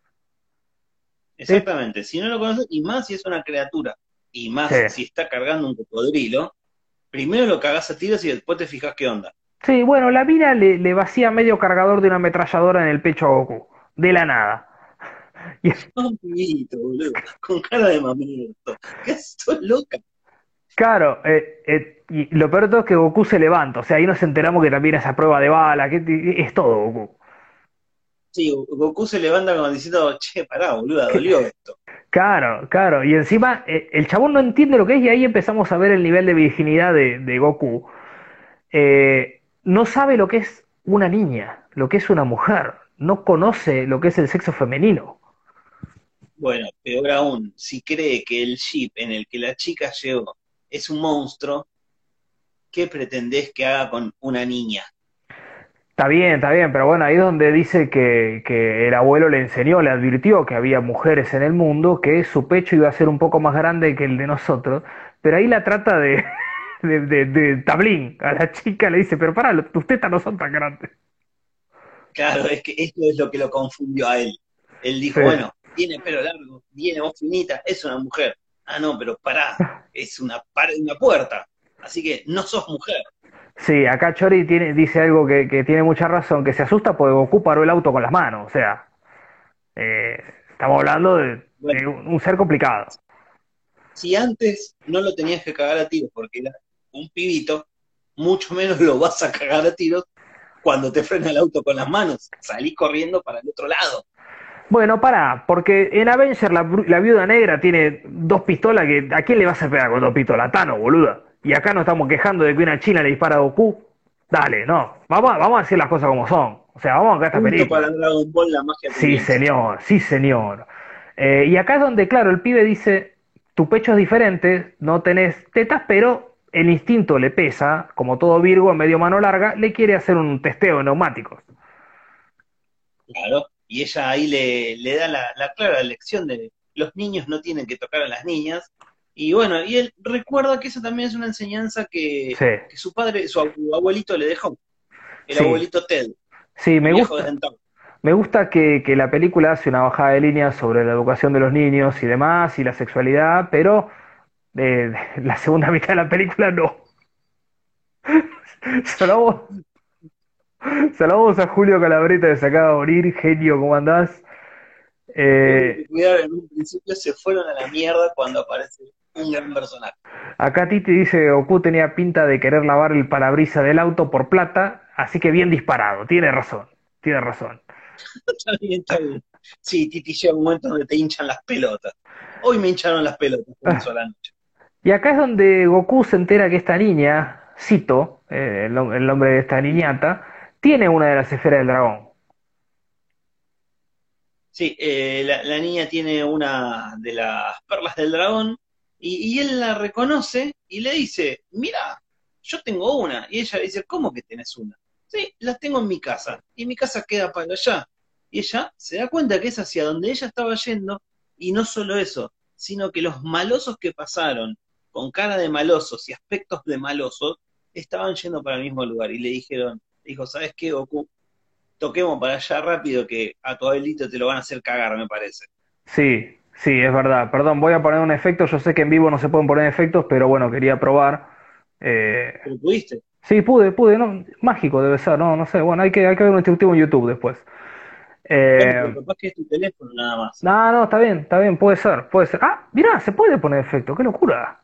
¿Sí? Exactamente, si no lo conoces, y más si es una criatura, y Sí. más si está cargando un cocodrilo, primero lo cagás a tiros y después te fijas qué onda. Sí, bueno, la mina le, le vacía medio cargador de una ametralladora en el pecho a Goku. De la nada. Y, Un pibito, boludo, con cara de mamito. ¿Qué sos loca? claro, eh, eh, y lo peor de todo es que Goku se levanta. O sea, ahí nos enteramos que también esa prueba de bala, que es todo Goku. Sí, Goku se levanta como diciendo, che, pará, boluda, dolió esto. Claro, claro. Y encima, eh, el chabón no entiende lo que es, y ahí empezamos a ver el nivel de virginidad de, de Goku. eh, no sabe lo que es una niña, lo que es una mujer, no conoce lo que es el sexo femenino. Bueno, peor aún, si cree que el ship en el que la chica llegó es un monstruo, ¿qué pretendés que haga con una niña? Está bien, está bien, pero bueno, ahí es donde dice que, que el abuelo le enseñó, le advirtió que había mujeres en el mundo, que su pecho iba a ser un poco más grande que el de nosotros, pero ahí la trata de, de, de, de tablín. A la chica le dice, pero pará, lo- tus tetas no son tan grandes. Claro, es que esto es lo que lo confundió a él. Él Sí, dijo, bueno, tiene pelo largo, tiene voz finita, es una mujer. Ah, no, pero pará, es una, par- una puerta. Así que no sos mujer. sí, acá Chori tiene, dice algo que, que tiene mucha razón, que se asusta porque Goku paró el auto con las manos, o sea, eh, estamos hablando de, Bueno, de un, un ser complicado. si antes no lo tenías que cagar a tiros porque era un pibito, mucho menos lo vas a cagar a tiros cuando te frena el auto con las manos. Salís corriendo para el otro lado. Bueno, pará, porque en Avenger la, bru- la viuda negra tiene dos pistolas que ¿a quién le vas a pegar con dos pistolas? A Thanos, boluda. Y acá nos estamos quejando de que una china le dispara a Goku. Dale, no. Vamos a, vamos a decir las cosas como son. O sea, vamos a ver esta Punto para película. Dragon Ball, la magia Sí, comienza. señor, sí, señor. Eh, y acá es donde, claro, el pibe dice, tu pecho es diferente, no tenés tetas, pero el instinto le pesa, como todo Virgo en medio mano larga, le quiere hacer un testeo de neumáticos. Claro. Y ella ahí le, le da la, la clara lección de los niños no tienen que tocar a las niñas. Y bueno, y él recuerda que esa también es una enseñanza que, Sí, que su padre, su abu- abuelito le dejó, el sí, abuelito Ted, sí, el me viejo gusta. desdentado. Me gusta que, que la película hace una bajada de línea sobre la educación de los niños y demás, y la sexualidad, pero eh, la segunda mitad de la película no. Saludamos, saludamos a Julio Calabreta que se acaba de morir, genio, ¿cómo andás? Tuve Eh, que cuidar, en un principio se fueron a la mierda cuando aparece un gran personaje. acá Titi dice que Goku tenía pinta de querer lavar el parabrisas del auto por plata, así que bien disparado, tiene razón, tiene razón. Está bien, está bien. Sí, Titi llega un momento donde te hinchan las pelotas. Hoy me hincharon las pelotas por eso a la noche. Y acá es donde Goku se entera que esta niña, Cito, eh, el, nom- el nombre de esta niñata, tiene una de las esferas del dragón. Sí, eh, la, la niña tiene una de las perlas del dragón y, y él la reconoce y le dice, mira, yo tengo una. Y ella le dice, ¿cómo que tenés una? Sí, las tengo en mi casa y mi casa queda para allá. Y ella se da cuenta que es hacia donde ella estaba yendo y no solo eso, sino que los malosos que pasaron con cara de malosos y aspectos de malosos estaban yendo para el mismo lugar y le dijeron, dijo, ¿sabes qué, Goku? Toquemos para allá rápido que a tu abuelito te lo van a hacer cagar, me parece. Sí, sí, es verdad. Perdón, voy a poner un efecto. Yo sé que en vivo no se pueden poner efectos, pero bueno, quería probar. Eh, ¿Pero pudiste? sí, pude, pude, no, mágico debe ser, no, no sé. Bueno, hay que, hay que ver un instructivo en YouTube después. Bueno, pero Eh, capaz que es tu teléfono nada más. no, no, está bien, está bien, puede ser, puede ser. Ah, mirá, se puede poner efecto, qué locura.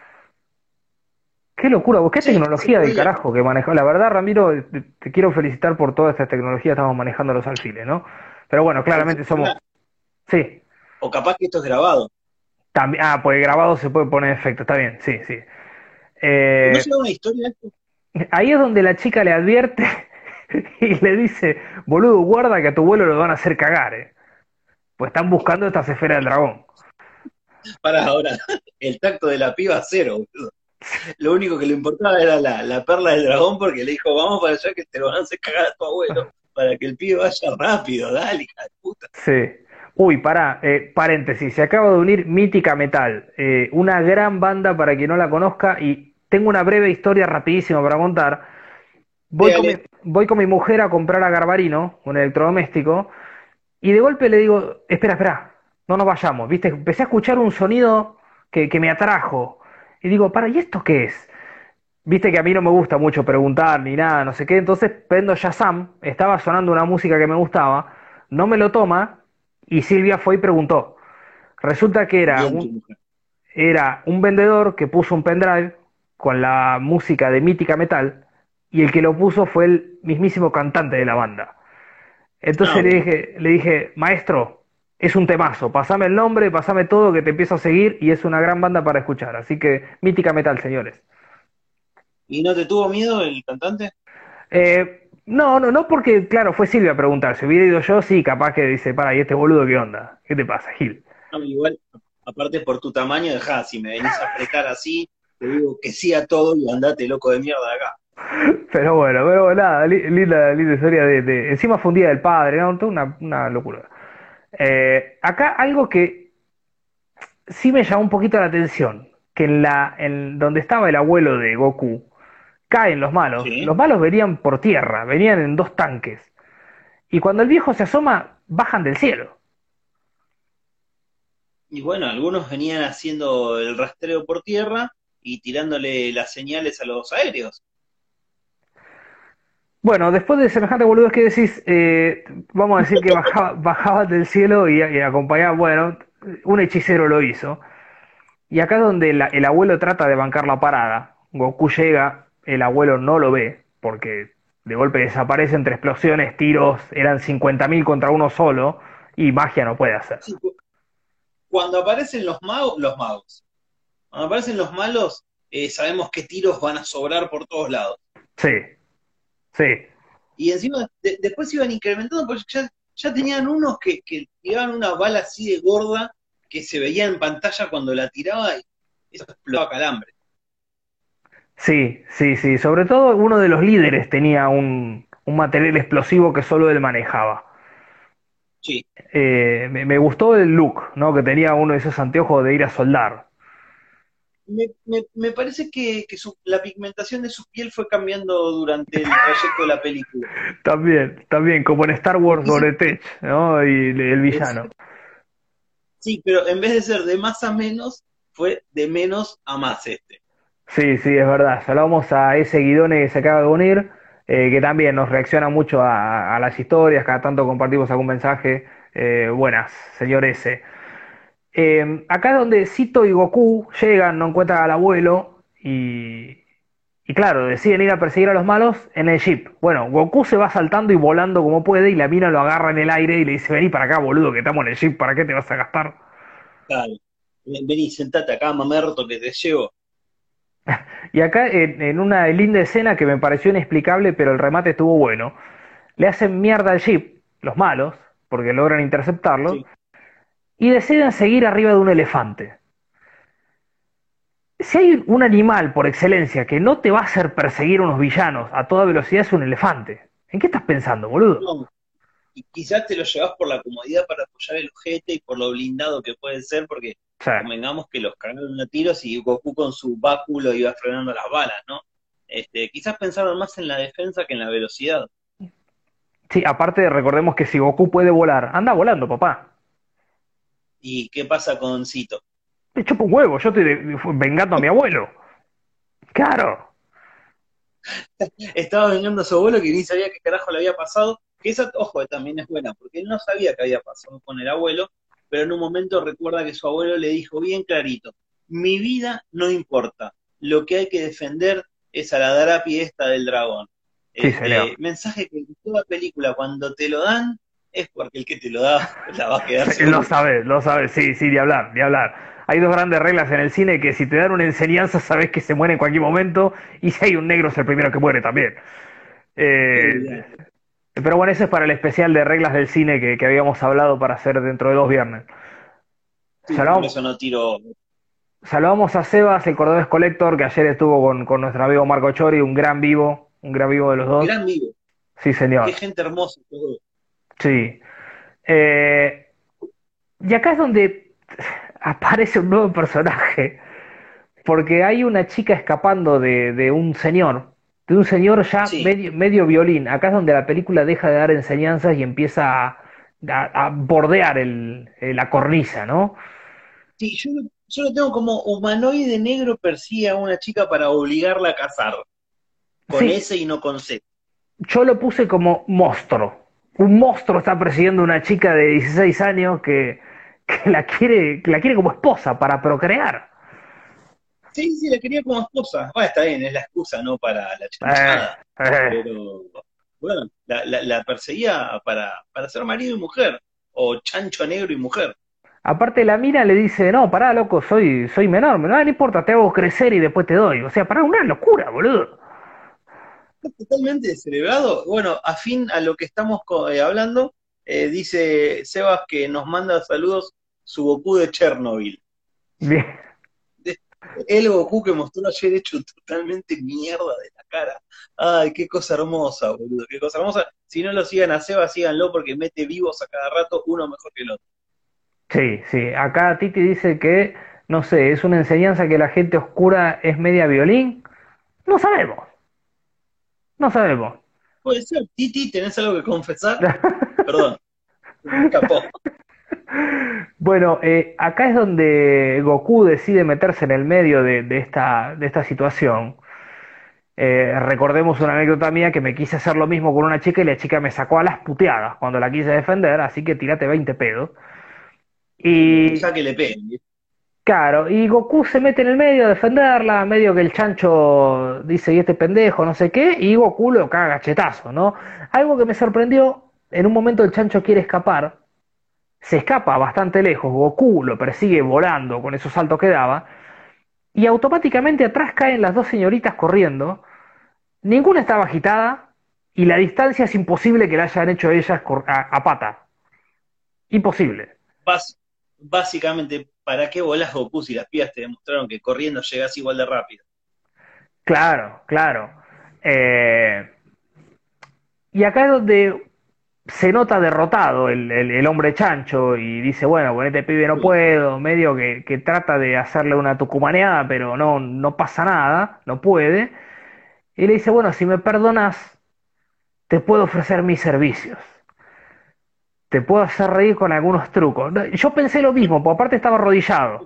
Qué locura, vos qué Sí, se tecnología del podía. carajo que manejó. La verdad, Ramiro, te, te quiero felicitar por toda esta tecnología, estamos manejando los alfiles, ¿no? Pero bueno, claramente somos. Perfeccionar. Sí, O capaz que esto es grabado. también. Ah, pues grabado se puede poner efecto, está bien, sí, sí. ¿No Eh, será una historia esto? ahí es donde la chica le advierte y le dice, boludo, guarda que a tu vuelo lo van a hacer cagar, eh. Pues están buscando estas esferas del dragón. Para ahora, el tacto de la piba cero, boludo. Lo único que le importaba era la, la perla del dragón porque le dijo, vamos para allá que te lo van a hacer cagar a tu abuelo para que el pibe vaya rápido, dale, hija de puta. Sí. Uy, pará, eh, paréntesis, se acaba de unir Mítica Metal, eh, una gran banda para quien no la conozca y tengo una breve historia rapidísima para contar. Voy con mi, Dale, voy con mi mujer a comprar a Garbarino, un electrodoméstico, y de golpe le digo, espera, espera, no nos vayamos, ¿viste? Empecé a escuchar un sonido que, que me atrajo. Y digo, para, ¿y esto qué es? Viste que a mí no me gusta mucho preguntar ni nada, no sé qué, entonces prendo Shazam, estaba sonando una música que me gustaba, no me lo toma y Silvia fue y preguntó. Resulta que era bien tu un, mujer. era un vendedor que puso un pendrive con la música de Mítica Metal y el que lo puso fue el mismísimo cantante de la banda. Ah, Entonces le bueno, dije, le dije, maestro, es un temazo, pasame el nombre, pasame todo que te empiezo a seguir y es una gran banda para escuchar. Así que Mítica Metal, señores. ¿Y no te tuvo miedo el cantante? Eh, no, no, no porque, claro, fue Silvia a preguntar. Si hubiera ido yo, sí, capaz que dice, para, ¿y este boludo qué onda? ¿Qué te pasa, Gil? No, igual, aparte por tu tamaño, dejá, si me venís a apretar así, te digo que sí a todo y andate loco de mierda de acá. Pero bueno, pero nada, li- linda, linda historia de, de- Encima fue un día del padre, ¿no? Toda una, una locura. Eh, acá algo que sí me llamó un poquito la atención, que en la, en donde estaba el abuelo de Goku, caen los malos. Los Sí. malos venían por tierra, venían en dos tanques. Y cuando el viejo se asoma, bajan del cielo. Y bueno, algunos venían haciendo el rastreo por tierra y tirándole las señales a los aéreos. Bueno, después de semejante boludez que decís, eh, vamos a decir que bajaba, bajaban del cielo y, y acompañaban, bueno, un hechicero lo hizo. Y acá es donde la- el abuelo trata de bancar la parada. Goku llega, el abuelo no lo ve, porque de golpe desaparece entre explosiones, tiros, eran cincuenta mil contra uno solo, y magia no puede hacer. Sí, cu- cuando aparecen los magos, los magos, cuando aparecen los malos, eh, sabemos qué tiros van a sobrar por todos lados. Sí, sí, Y encima, de- después iban incrementando, porque ya, ya tenían unos que, que tiraban una bala así de gorda que se veía en pantalla cuando la tiraba y eso explotaba calambre. sí, sí, sí. Sobre todo uno de los líderes tenía un, un material explosivo que solo él manejaba. Sí. Eh, me, me gustó el look, ¿no? Que tenía uno de esos anteojos de ir a soldar. Me, me- me parece que, que su- la pigmentación de su piel fue cambiando durante el trayecto de la película. También, también, como en Star Wars Quizás Goretech, ¿no? Y el es- villano. sí, pero en vez de ser de más a menos, fue de menos a más este. Sí, sí, es verdad. Saludamos a ese Guidone que se acaba de unir, eh, que también nos reacciona mucho a, a las historias, cada tanto compartimos algún mensaje. Eh, buenas, señor S. Eh, acá es donde Cito y Goku llegan, no encuentran al abuelo y, y claro, deciden ir a perseguir a los malos en el jeep. Bueno, Goku se va saltando y volando como puede y la mina lo agarra en el aire y le dice, vení para acá, boludo, que estamos en el jeep, ¿para qué te vas a gastar? Claro. Ven- Vení, sentate acá, mamerto, que te llevo. Y acá en, en una linda escena que me pareció inexplicable, pero el remate estuvo bueno, le hacen mierda al jeep, los malos, porque logran interceptarlo, Sí. y deciden seguir arriba de un elefante. Si hay un animal por excelencia que no te va a hacer perseguir a unos villanos a toda velocidad es un elefante. ¿En qué estás pensando, boludo? No, y quizás te lo llevas por la comodidad para apoyar el ojete y por lo blindado que puede ser, porque O sea, convengamos que los cagaron a tiros y Goku con su báculo iba frenando las balas, ¿no? Este, quizás pensaron más en la defensa que en la velocidad. sí, aparte recordemos que si Goku puede volar, anda volando, papá. ¿Y qué pasa con Cito? Me chupa un huevo, yo estoy de- de- vengando a mi abuelo. Claro. Estaba vengando a su abuelo que ni sabía qué carajo le había pasado, que esa, ojo, también es buena, porque él no sabía qué había pasado con el abuelo, pero en un momento recuerda que su abuelo le dijo bien clarito, mi vida no importa, lo que hay que defender es a la Drapi esta del dragón. Sí, señor. Este, mensaje que en toda película cuando te lo dan, es porque el que te lo da la va a quedar Sí, lo seguro. sabes, lo sabes, sí, sí, de hablar, de hablar. Hay dos grandes reglas en el cine que si te dan una enseñanza sabes que se muere en cualquier momento y si hay un negro es el primero que muere también. Eh, Olvidate. pero bueno, eso es para el especial de reglas del cine que, que habíamos hablado para hacer dentro de dos viernes. Sí, yo por Saludamos, eso no tiro. saludamos a Sebas, el cordobés Collector, que ayer estuvo con, con nuestro amigo Marco Chori, un gran vivo, un gran vivo de los dos. Gran vivo, Sí, qué señor. gente hermosa todo. Sí. Eh, y acá es donde aparece un nuevo personaje. Porque hay una chica escapando de, de un señor, de un señor ya Sí. medio, medio violín. Acá es donde la película deja de dar enseñanzas y empieza a, a- a bordear el, eh, la cornisa, ¿no? Sí, yo, lo- yo lo tengo como humanoide negro persigue a una chica para obligarla a casar, con Sí, S y no con C. yo lo puse como monstruo. Un monstruo está persiguiendo a una chica de dieciséis años que, que la quiere, que la quiere como esposa para procrear. Sí, sí, la quería como esposa. Bueno, está bien, es la excusa, no para la Eh, chanchada. eh. Pero, bueno, la, la- la perseguía para, para ser marido y mujer, o chancho negro y mujer. Aparte la mina le dice, no, pará, loco, soy, soy menor, no, no importa, te hago crecer y después te doy. O sea, pará, una locura, boludo. Totalmente descerebrado. Bueno, afín a lo que estamos co- eh, hablando, eh, dice Sebas que nos manda saludos su Goku de Chernobyl. Bien. De- el Goku que mostró ayer hecho totalmente mierda de la cara. Ay, qué cosa hermosa, boludo, qué cosa hermosa. Si no lo sigan a Sebas, síganlo porque mete vivos a cada rato, uno mejor que el otro. Sí, sí. Acá Titi dice que, no sé, es una enseñanza que la gente oscura es media violín. No sabemos, no sabemos. Puede ser, Titi, ¿tenés algo que confesar? Perdón, se me escapó. Bueno, eh, acá es donde Goku decide meterse en el medio de, de esta, de esta situación. Eh, recordemos una anécdota mía que me quise hacer lo mismo con una chica y la chica me sacó a las puteadas cuando la quise defender, así que tirate veinte pedos. Uh, Y deja que le peguen. claro, y Goku se mete en el medio a defenderla, medio que el chancho dice, y este pendejo, no sé qué, y Goku lo caga a cachetazo, ¿no? Algo que me sorprendió, en un momento el chancho quiere escapar, se escapa bastante lejos, Goku lo persigue volando con esos saltos que daba, y automáticamente atrás caen las dos señoritas corriendo, ninguna estaba agitada, y la distancia es imposible que la hayan hecho ellas cor- a, a pata, imposible. Bas- básicamente, ¿para qué volás Goku si las pibas te demostraron que corriendo llegas igual de rápido? Claro, claro. Eh, y acá es donde se nota derrotado el, el- el hombre chancho y dice, bueno, con este pibe no Sí. puedo, medio que, que trata de hacerle una tucumaneada, pero no, no pasa nada, no puede. Y le dice, bueno, si me perdonas, te puedo ofrecer mis servicios, te puedo hacer reír con algunos trucos. No, yo pensé lo mismo, porque aparte estaba arrodillado,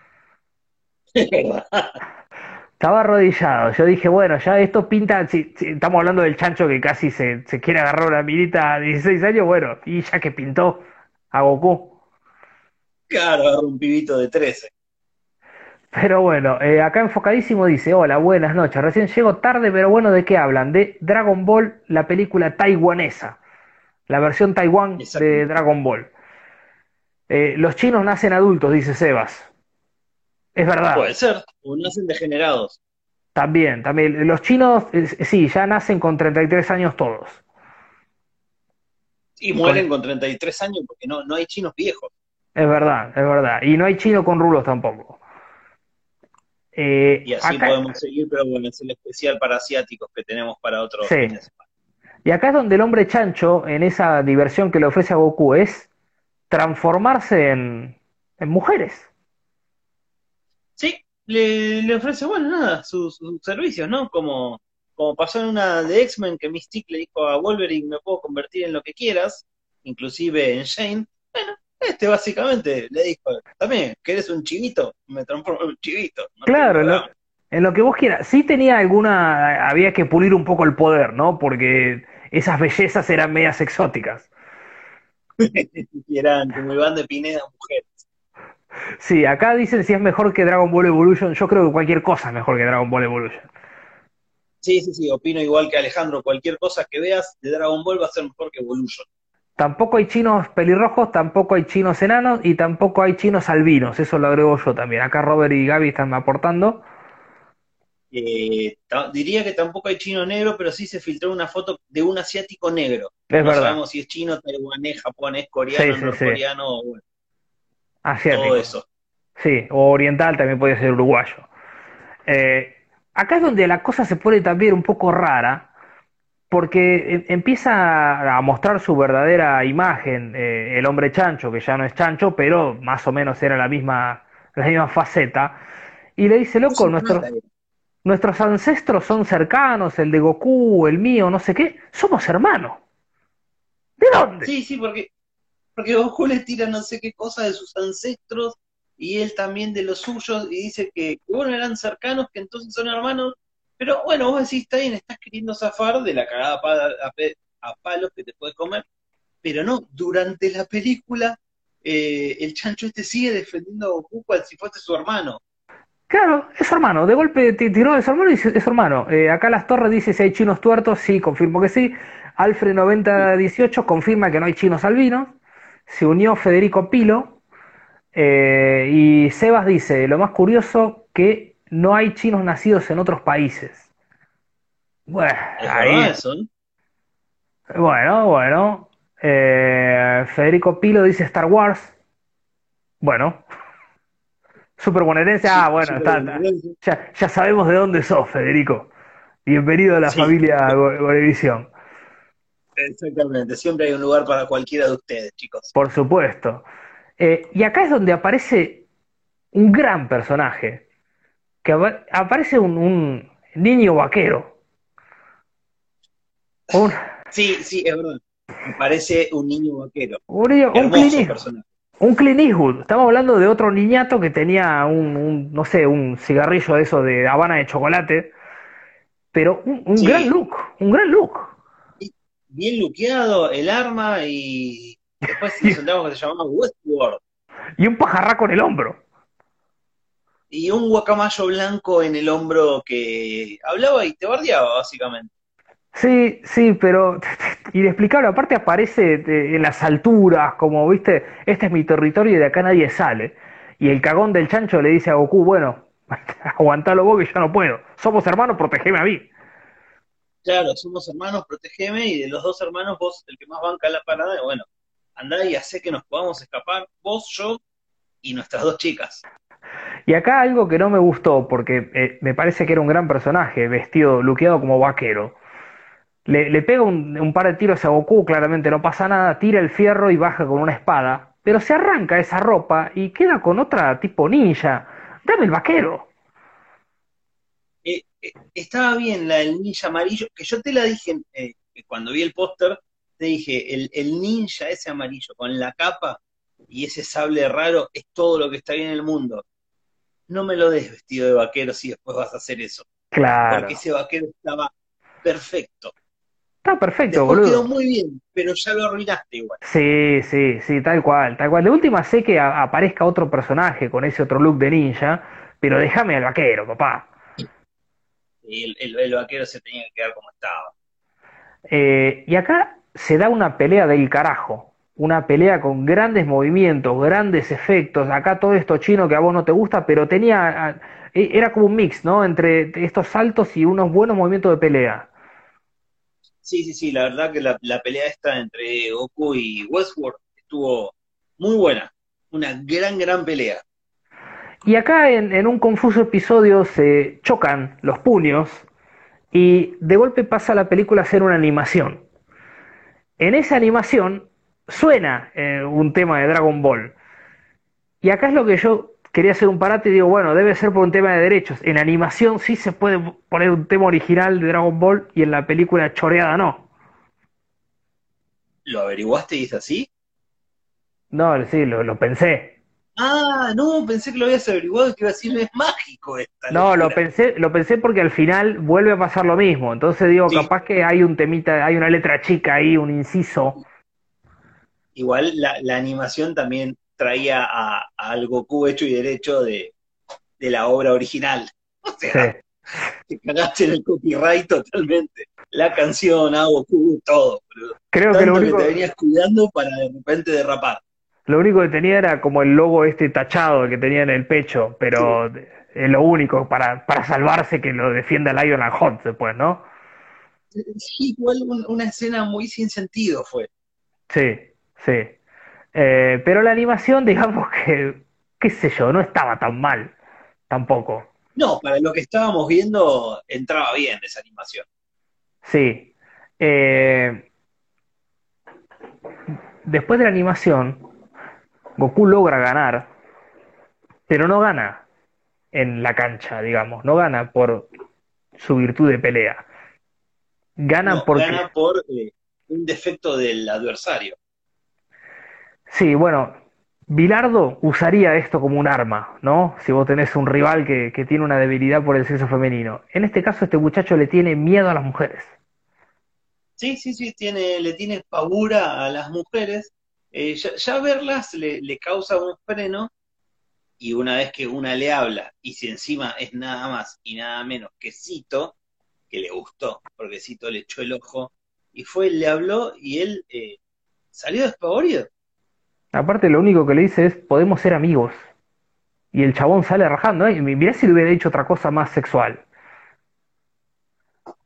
Es verdad. estaba arrodillado. Yo dije, bueno, ya esto pinta, si, si estamos hablando del chancho que casi se, se quiere agarrar una minita a dieciséis años, bueno, y ya que pintó a Goku. Claro, agarra un pibito de trece. Pero bueno, eh, acá enfocadísimo dice, hola, buenas noches, recién llego tarde, pero bueno, ¿de qué hablan? De Dragon Ball, la película taiwanesa, la versión Taiwán de Exactamente. Dragon Ball. Eh, los chinos nacen adultos, dice Sebas. Es Puede verdad, ser, o nacen degenerados. también, también. Los chinos, eh, sí, ya nacen con treinta y tres años todos. Y Con- mueren con treinta y tres años porque no, no hay chinos viejos. es verdad, es verdad. Y no hay chino con rulos tampoco. Eh, Y así acá, podemos seguir, pero bueno, es el especial para asiáticos que tenemos para otro sí. fin de semana. Y acá es donde el hombre chancho, en esa diversión que le ofrece a Goku, es transformarse en, en mujeres. Sí, le, le ofrece, bueno, nada, sus, sus servicios, ¿no? Como, como pasó en una de X-Men que Mystique le dijo a Wolverine, me puedo convertir en lo que quieras, inclusive en Shane. Bueno, este básicamente le dijo, también, ¿querés un chivito? Me transformo en un chivito, no tengo Claro, en lo, drama. en lo que vos quieras. Sí tenía alguna, había que pulir un poco el poder, ¿no? Porque esas bellezas eran medias exóticas. Y eran como Iván de Pineda, mujer. Sí, acá dicen si es mejor que Dragon Ball Evolution. Yo creo que cualquier cosa es mejor que Dragon Ball Evolution. Sí, sí, sí, opino igual que Alejandro, cualquier cosa que veas de Dragon Ball va a ser mejor que Evolution. Tampoco hay chinos pelirrojos, tampoco hay chinos enanos y tampoco hay chinos albinos. Eso lo agrego yo también. Acá Robert y Gaby están aportando. Eh, ta- diría que tampoco hay chino negro, pero sí se filtró una foto de un asiático negro. Es No verdad. sabemos si es chino, taiwanés, japonés, Sí, coreano, sí, sí. norcoreano, bueno, todo Asiático. eso. Sí, o oriental también puede ser uruguayo. Eh, acá es donde la cosa se pone también un poco rara, porque em- empieza a mostrar su verdadera imagen, eh, el hombre chancho, que ya no es chancho, pero más o menos era la misma, la misma faceta, y le dice, Es loco, un rata, nuestros, eh. nuestros ancestros son cercanos, el de Goku, el mío, no sé qué, somos hermanos. ¿De dónde? Sí, sí, porque, porque Goku le tira no sé qué cosa de sus ancestros y él también de los suyos y dice que, que, bueno, eran cercanos, que entonces son hermanos. Pero bueno, vos decís, está bien, estás queriendo zafar de la cagada a, pa- a pe- a palos que te puedes comer. Pero no, durante la película eh, el chancho este sigue defendiendo a Goku cual si fuese su hermano. Claro, es su hermano. De golpe ti- tiró de su hermano y dice, es su hermano. Eh, acá Las Torres dice si hay chinos tuertos. Sí, confirmo que sí. Alfred noventa dieciocho confirma que no hay chinos albinos. Se unió Federico Pilo. Eh, y Sebas dice, lo más curioso, que no hay chinos nacidos en otros países. Bueno, Es verdad ahí, eso, ¿no? bueno, bueno. Eh, Federico Pilo dice Star Wars. Bueno, super bonaerense. Ah, Su- bueno, Súper está, está. bonaerense. Ya, ya sabemos de dónde sos, Federico. Bienvenido a la Sí, familia Go- Gorevisión. exactamente. Siempre hay un lugar para cualquiera de ustedes, chicos. Por supuesto. Eh, y acá es donde aparece un gran personaje, que apa- aparece un, un niño vaquero, un, Sí, sí, es verdad. Me parece un niño vaquero. un, niño- un Clint Hermoso Eastwood, personaje. un Clint Eastwood. Estamos hablando de otro niñato que tenía un, un, no sé, un cigarrillo de eso de Habana de chocolate, pero un, un gran Sí, look, un gran look. y bien luqueado, el arma y después Y, nos enteramos que se llamaba Westworld. y un pajarraco en el hombro. Y un guacamayo blanco en el hombro que hablaba y te bardeaba, básicamente. Sí, sí, pero inexplicable. Aparte aparece de- en las alturas, como viste, este es mi territorio y de acá nadie sale. Y el cagón del chancho le dice a Goku, bueno, aguantalo vos que yo no puedo. Somos hermanos, protegeme a mí. Claro, somos hermanos, protegeme, y de los dos hermanos vos el que más banca la parada, y bueno, andá y hacé que nos podamos escapar, vos, yo y nuestras dos chicas. Y acá algo que no me gustó, porque eh, me parece que era un gran personaje, vestido, luqueado como vaquero. Le, le pega un, un par de tiros a Goku, claramente no pasa nada, tira el fierro y baja con una espada. Pero se arranca esa ropa y queda con otra tipo ninja. Dame el vaquero. Eh, eh, estaba bien la del ninja amarillo, que yo te la dije eh, cuando vi el póster, te dije, el, el ninja ese amarillo con la capa y ese sable raro es todo lo que está bien en el mundo. No me lo des vestido de vaquero si después vas a hacer eso, porque Claro. ese vaquero estaba perfecto. Está perfecto, Después quedó boludo. muy bien, pero ya lo arruinaste igual. Sí, sí, sí, tal cual, tal cual. De última sé que a- aparezca otro personaje con ese otro look de ninja, pero déjame al vaquero, papá. Y el, el, el vaquero se tenía que quedar como estaba. Eh, y acá se da una pelea del carajo. Una pelea con grandes movimientos, grandes efectos. Acá todo esto chino que a vos no te gusta, pero tenía. ah, e- Era como un mix, ¿no? Entre estos saltos y unos buenos movimientos de pelea. Sí, sí, sí, la verdad que la, la pelea esta entre Goku y Westworld estuvo muy buena. Una gran, gran pelea. Y acá en, en un confuso episodio se chocan los puños y de golpe pasa la película a ser una animación. En esa animación suena eh, un tema de Dragon Ball. Y acá es lo que yo quería hacer un parate y digo, bueno, debe ser por un tema de derechos. En animación sí se puede poner un tema original de Dragon Ball y en la película choreada no. ¿Lo averiguaste y es así? No, sí, lo, lo pensé. Ah, no, pensé que lo habías averiguado y que iba a decir, es mágico esta No, lo locura. pensé, lo pensé porque al final vuelve a pasar lo mismo. Entonces digo, Sí, capaz que hay un temita, hay una letra chica ahí, un inciso. igual la, la animación también traía a, a al Goku hecho y derecho de, de la obra original. O Sí. sea, te cagaste en el copyright totalmente. La canción, a Goku, todo, boludo. Creo que lo Tanto que te único, venías cuidando para de repente derrapar. lo único que tenía era como el logo este tachado que tenía en el pecho, Sí, pero es lo único para, para salvarse que lo defienda Lionel Hutz después, ¿no? sí, igual un- una escena muy sin sentido fue. Sí, sí. Eh, pero la animación, digamos que, qué sé yo, no estaba tan mal, tampoco. No, para lo que estábamos viendo, entraba bien esa animación. Sí. Eh, después de la animación, Goku logra ganar, pero no gana en la cancha, digamos, no gana por su virtud de pelea. Gana No, porque, gana por eh, un defecto del adversario. sí, bueno, Bilardo usaría esto como un arma, ¿no? Si vos tenés un rival que, que tiene una debilidad por el sexo femenino. En este caso, este muchacho le tiene miedo a las mujeres. Sí, sí, sí, tiene, le tiene pavura a las mujeres. Eh, ya, ya verlas le, le causa un freno, y una vez que una le habla, y si encima es nada más y nada menos que Cito, que le gustó, porque Cito le echó el ojo, y fue, le habló, y él eh, salió despavorido. Aparte, lo único que le dice es, podemos ser amigos. Y el chabón sale rajando, ¿eh? Y mirá si le hubiera dicho otra cosa más sexual.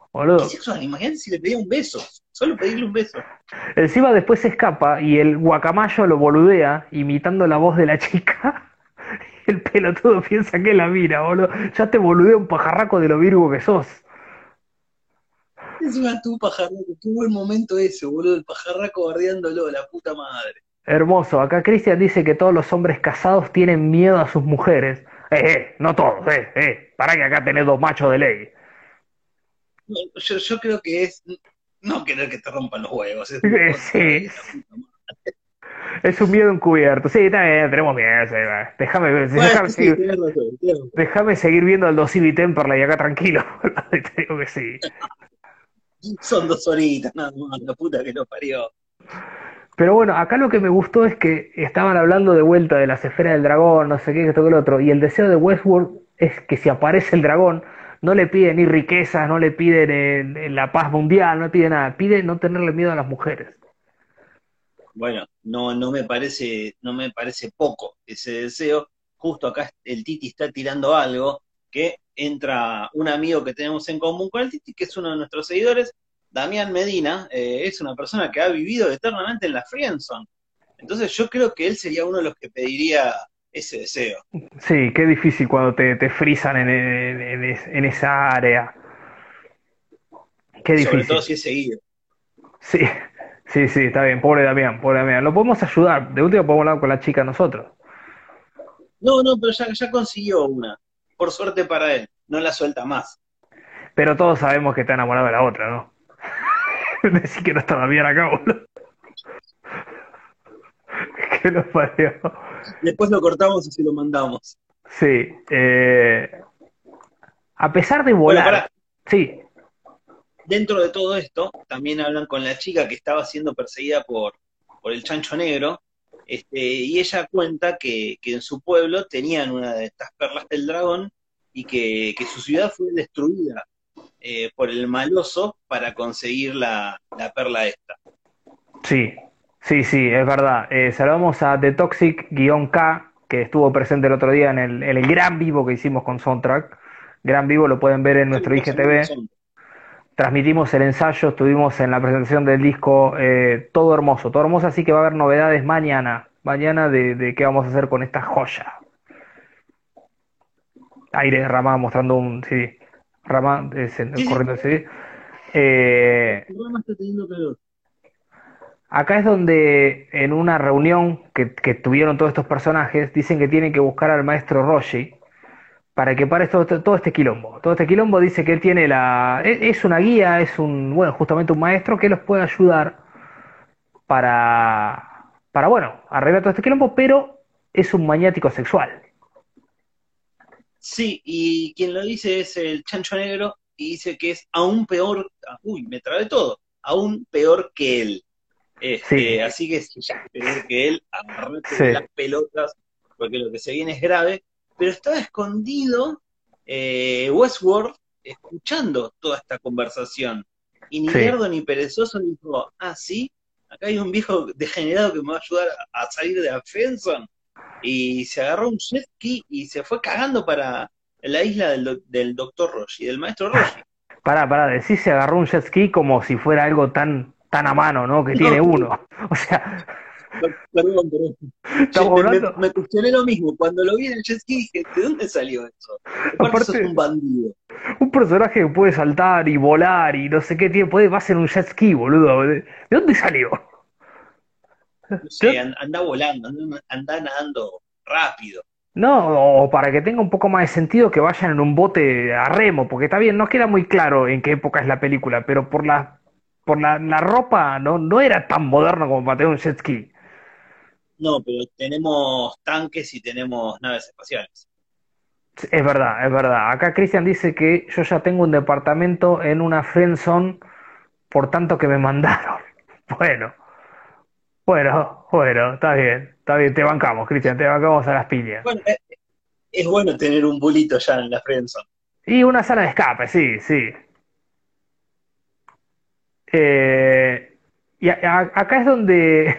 Qué boludo. sexual, imagínate si le pedía un beso, solo pedirle un beso. Encima después se escapa y el guacamayo lo boludea imitando la voz de la chica. El pelotudo piensa que es la mira, boludo. Ya te boludea un pajarraco de lo virgo que sos. Encima tú, pajarraco, qué buen momento ese, boludo, el pajarraco bardeándolo, la puta madre. Hermoso. Acá Cristian dice que todos los hombres casados tienen miedo a sus mujeres. Eh, eh, no todos, eh, eh. Pará que acá tenés dos machos de ley. No, yo, yo creo que es no querer que te rompan los huevos, es un Eh, contra Sí, de la puta madre. es un miedo encubierto. Sí, está bien, tenemos miedo. Sí, va. Déjame, Bueno, déjame sí, seguir, tenés razón, tenés razón. déjame seguir viendo al Dos y Temperley acá tranquilo. Te digo que sí. Son dos horitas, nada más, la puta que lo parió. Pero bueno, acá lo que me gustó es que estaban hablando de vuelta de las esferas del dragón, no sé qué, esto que lo otro, y el deseo de Westworld es que si aparece el dragón, no le pide ni riquezas, no le piden eh, eh, la paz mundial, no le pide nada, pide no tenerle miedo a las mujeres. Bueno, no, no me parece, no me parece poco ese deseo. Justo acá el Titi está tirando algo que entra un amigo que tenemos en común con el Titi, que es uno de nuestros seguidores, Damián Medina, eh, es una persona que ha vivido eternamente en la friendzone. Entonces yo creo que él sería uno de los que pediría ese deseo, Sí, qué difícil cuando te, te frisan en, en- en es- en esa área, qué sobre todo difícil. si es seguido. Sí, sí, sí, está bien, pobre Damián, pobre Damián. Lo podemos ayudar, de último podemos hablar con la chica nosotros, No, no, pero ya, ya consiguió una. Por suerte para él, no la suelta más. pero todos sabemos que está enamorado de la otra, ¿no? Decir que no está Damián acá, boludo. Que lo parió. Después lo cortamos y se lo mandamos. Sí, eh, a pesar de Bueno, volar, para, sí, dentro de todo esto, también hablan con la chica que estaba siendo perseguida por, por el chancho negro, este, y ella cuenta que, que en su pueblo tenían una de estas perlas del dragón y que, que su ciudad fue destruida eh, por el maloso para conseguir la, la perla esta. sí, sí, sí, es verdad. Eh, saludamos a The Toxic-K, que estuvo presente el otro día en el, en el gran vivo que hicimos con Soundtrack. Gran vivo lo pueden ver en Qué nuestro hermoso, ¿no? I G T V. Son. Transmitimos el ensayo, estuvimos en la presentación del disco, eh, todo hermoso, todo hermoso, así que va a haber novedades mañana, mañana de, de qué vamos a hacer con esta joya. Aire de Rama mostrando un C D. Rama es el- Sí, sí, corriendo el C D. Eh, el programa está teniendo calor. Acá es donde en una reunión que, que tuvieron todos estos personajes, dicen que tienen que buscar al maestro Roshi para que pare todo, todo este quilombo. Todo este quilombo dice que él tiene la... Es, es una guía, es un, bueno, justamente un maestro que los puede ayudar para, para, bueno, arreglar todo este quilombo, pero es un maniático sexual. Sí, y quien lo dice es el chancho negro y dice que es aún peor, uy, me trabé todo, aún peor que él. Sí, Este, así que si ya es peor que él, agarrate de las sí, pelotas, porque lo que se viene es grave. Pero estaba escondido eh, Westworld escuchando toda esta conversación. Y ni sí. lerdo ni perezoso dijo, ah, sí, acá hay un viejo degenerado que me va a ayudar a, a salir de la friendzone. Y se agarró un jet ski y se fue cagando para la isla del, doc- del doctor Roshi, del maestro Roshi. Pará, pará, decís se agarró un jet ski como si fuera algo tan, tan a mano, ¿no? Que tiene uno. O sea, Perdón, perdón. estamos Me, me, hablando, me cuestioné lo mismo. Cuando lo vi en el jet ski dije, ¿de dónde salió eso? Aparte sos un aparte, bandido. un personaje que puede saltar y volar y no sé qué tiene, puede, va a ser un jet ski, boludo. ¿De, de dónde salió? No ¿De sé, dónde- an- anda volando, anda, anda nadando rápido. No, o para que tenga un poco más de sentido que vayan en un bote a remo, porque está bien, no queda muy claro en qué época es la película, pero por la, por la, la ropa no, no era tan moderno como para tener un jet ski. No, pero tenemos tanques y tenemos naves espaciales. Es verdad, es verdad. Acá Cristian dice que yo ya tengo un departamento en una friendzone por tanto que me mandaron. Bueno, bueno, bueno, está bien, está bien, te bancamos, Cristian, te bancamos a las piñas. Bueno, es, es bueno tener un bulito ya en la friendzone. Y una sala de escape, sí, sí. Eh, y a- a- acá es donde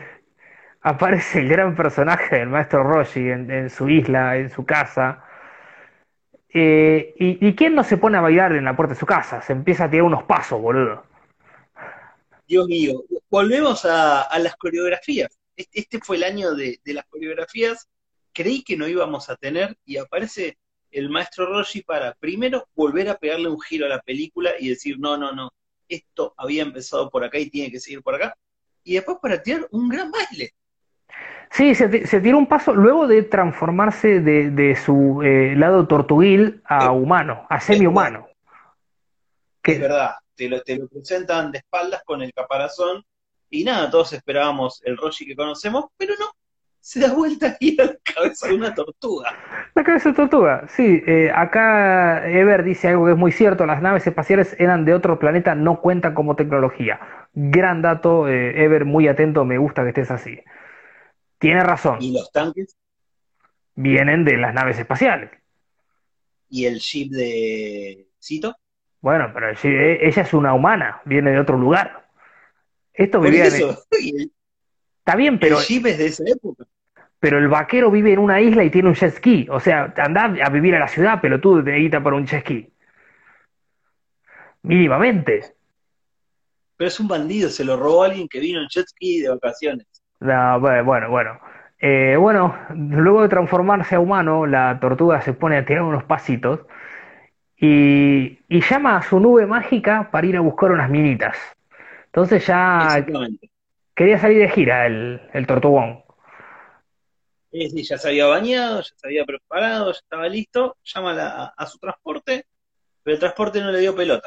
aparece el gran personaje del maestro Roshi en, en su isla, en su casa. Eh, y, ¿Y quién no se pone a bailar en la puerta de su casa? Se empieza a tirar unos pasos, boludo. Dios mío, volvemos a, a las coreografías. Este, este fue el año de, de las coreografías. Creí que no íbamos a tener y aparece el maestro Roshi para primero volver a pegarle un giro a la película y decir, no, no, no, esto había empezado por acá y tiene que seguir por acá. Y después para tirar un gran baile. Sí, se, ti- se tiró un paso luego de transformarse de, de su eh, lado tortuguil a Es, humano, a es verdad, semi-humano. es Que, verdad. Te lo, te lo presentan de espaldas con el caparazón y nada, todos esperábamos el Roshi que conocemos, pero no, se da vuelta y a la cabeza de una tortuga. la cabeza de tortuga, sí. Eh, acá Ever dice algo que es muy cierto, las naves espaciales eran de otro planeta, no cuentan como tecnología. Gran dato, eh, Ever, muy atento, me gusta que estés así. Tiene razón, Y los tanques vienen de las naves espaciales. y el jeep de Cito. Bueno, pero si- eh, ella es una humana, viene de otro lugar. Esto Por vivía en... eso, y el, Está bien, el pero, jeep es de esa época. pero el vaquero vive en una isla y tiene un jet ski. O sea, anda a vivir a la ciudad, pelotudo, te guita por un jet ski. Mínimamente. Pero es un bandido, se lo robó a alguien que vino en jet ski de vacaciones. No, bue- bueno, bueno. Eh, bueno, luego de transformarse a humano, la tortuga se pone a tirar unos pasitos y, y llama a su nube mágica para ir a buscar unas minitas. Entonces ya Exactamente. quería salir de gira el, el tortugón. Es decir, ya se había bañado, ya se había preparado, ya estaba listo, llama a, la- a su transporte, pero el transporte no le dio pelota.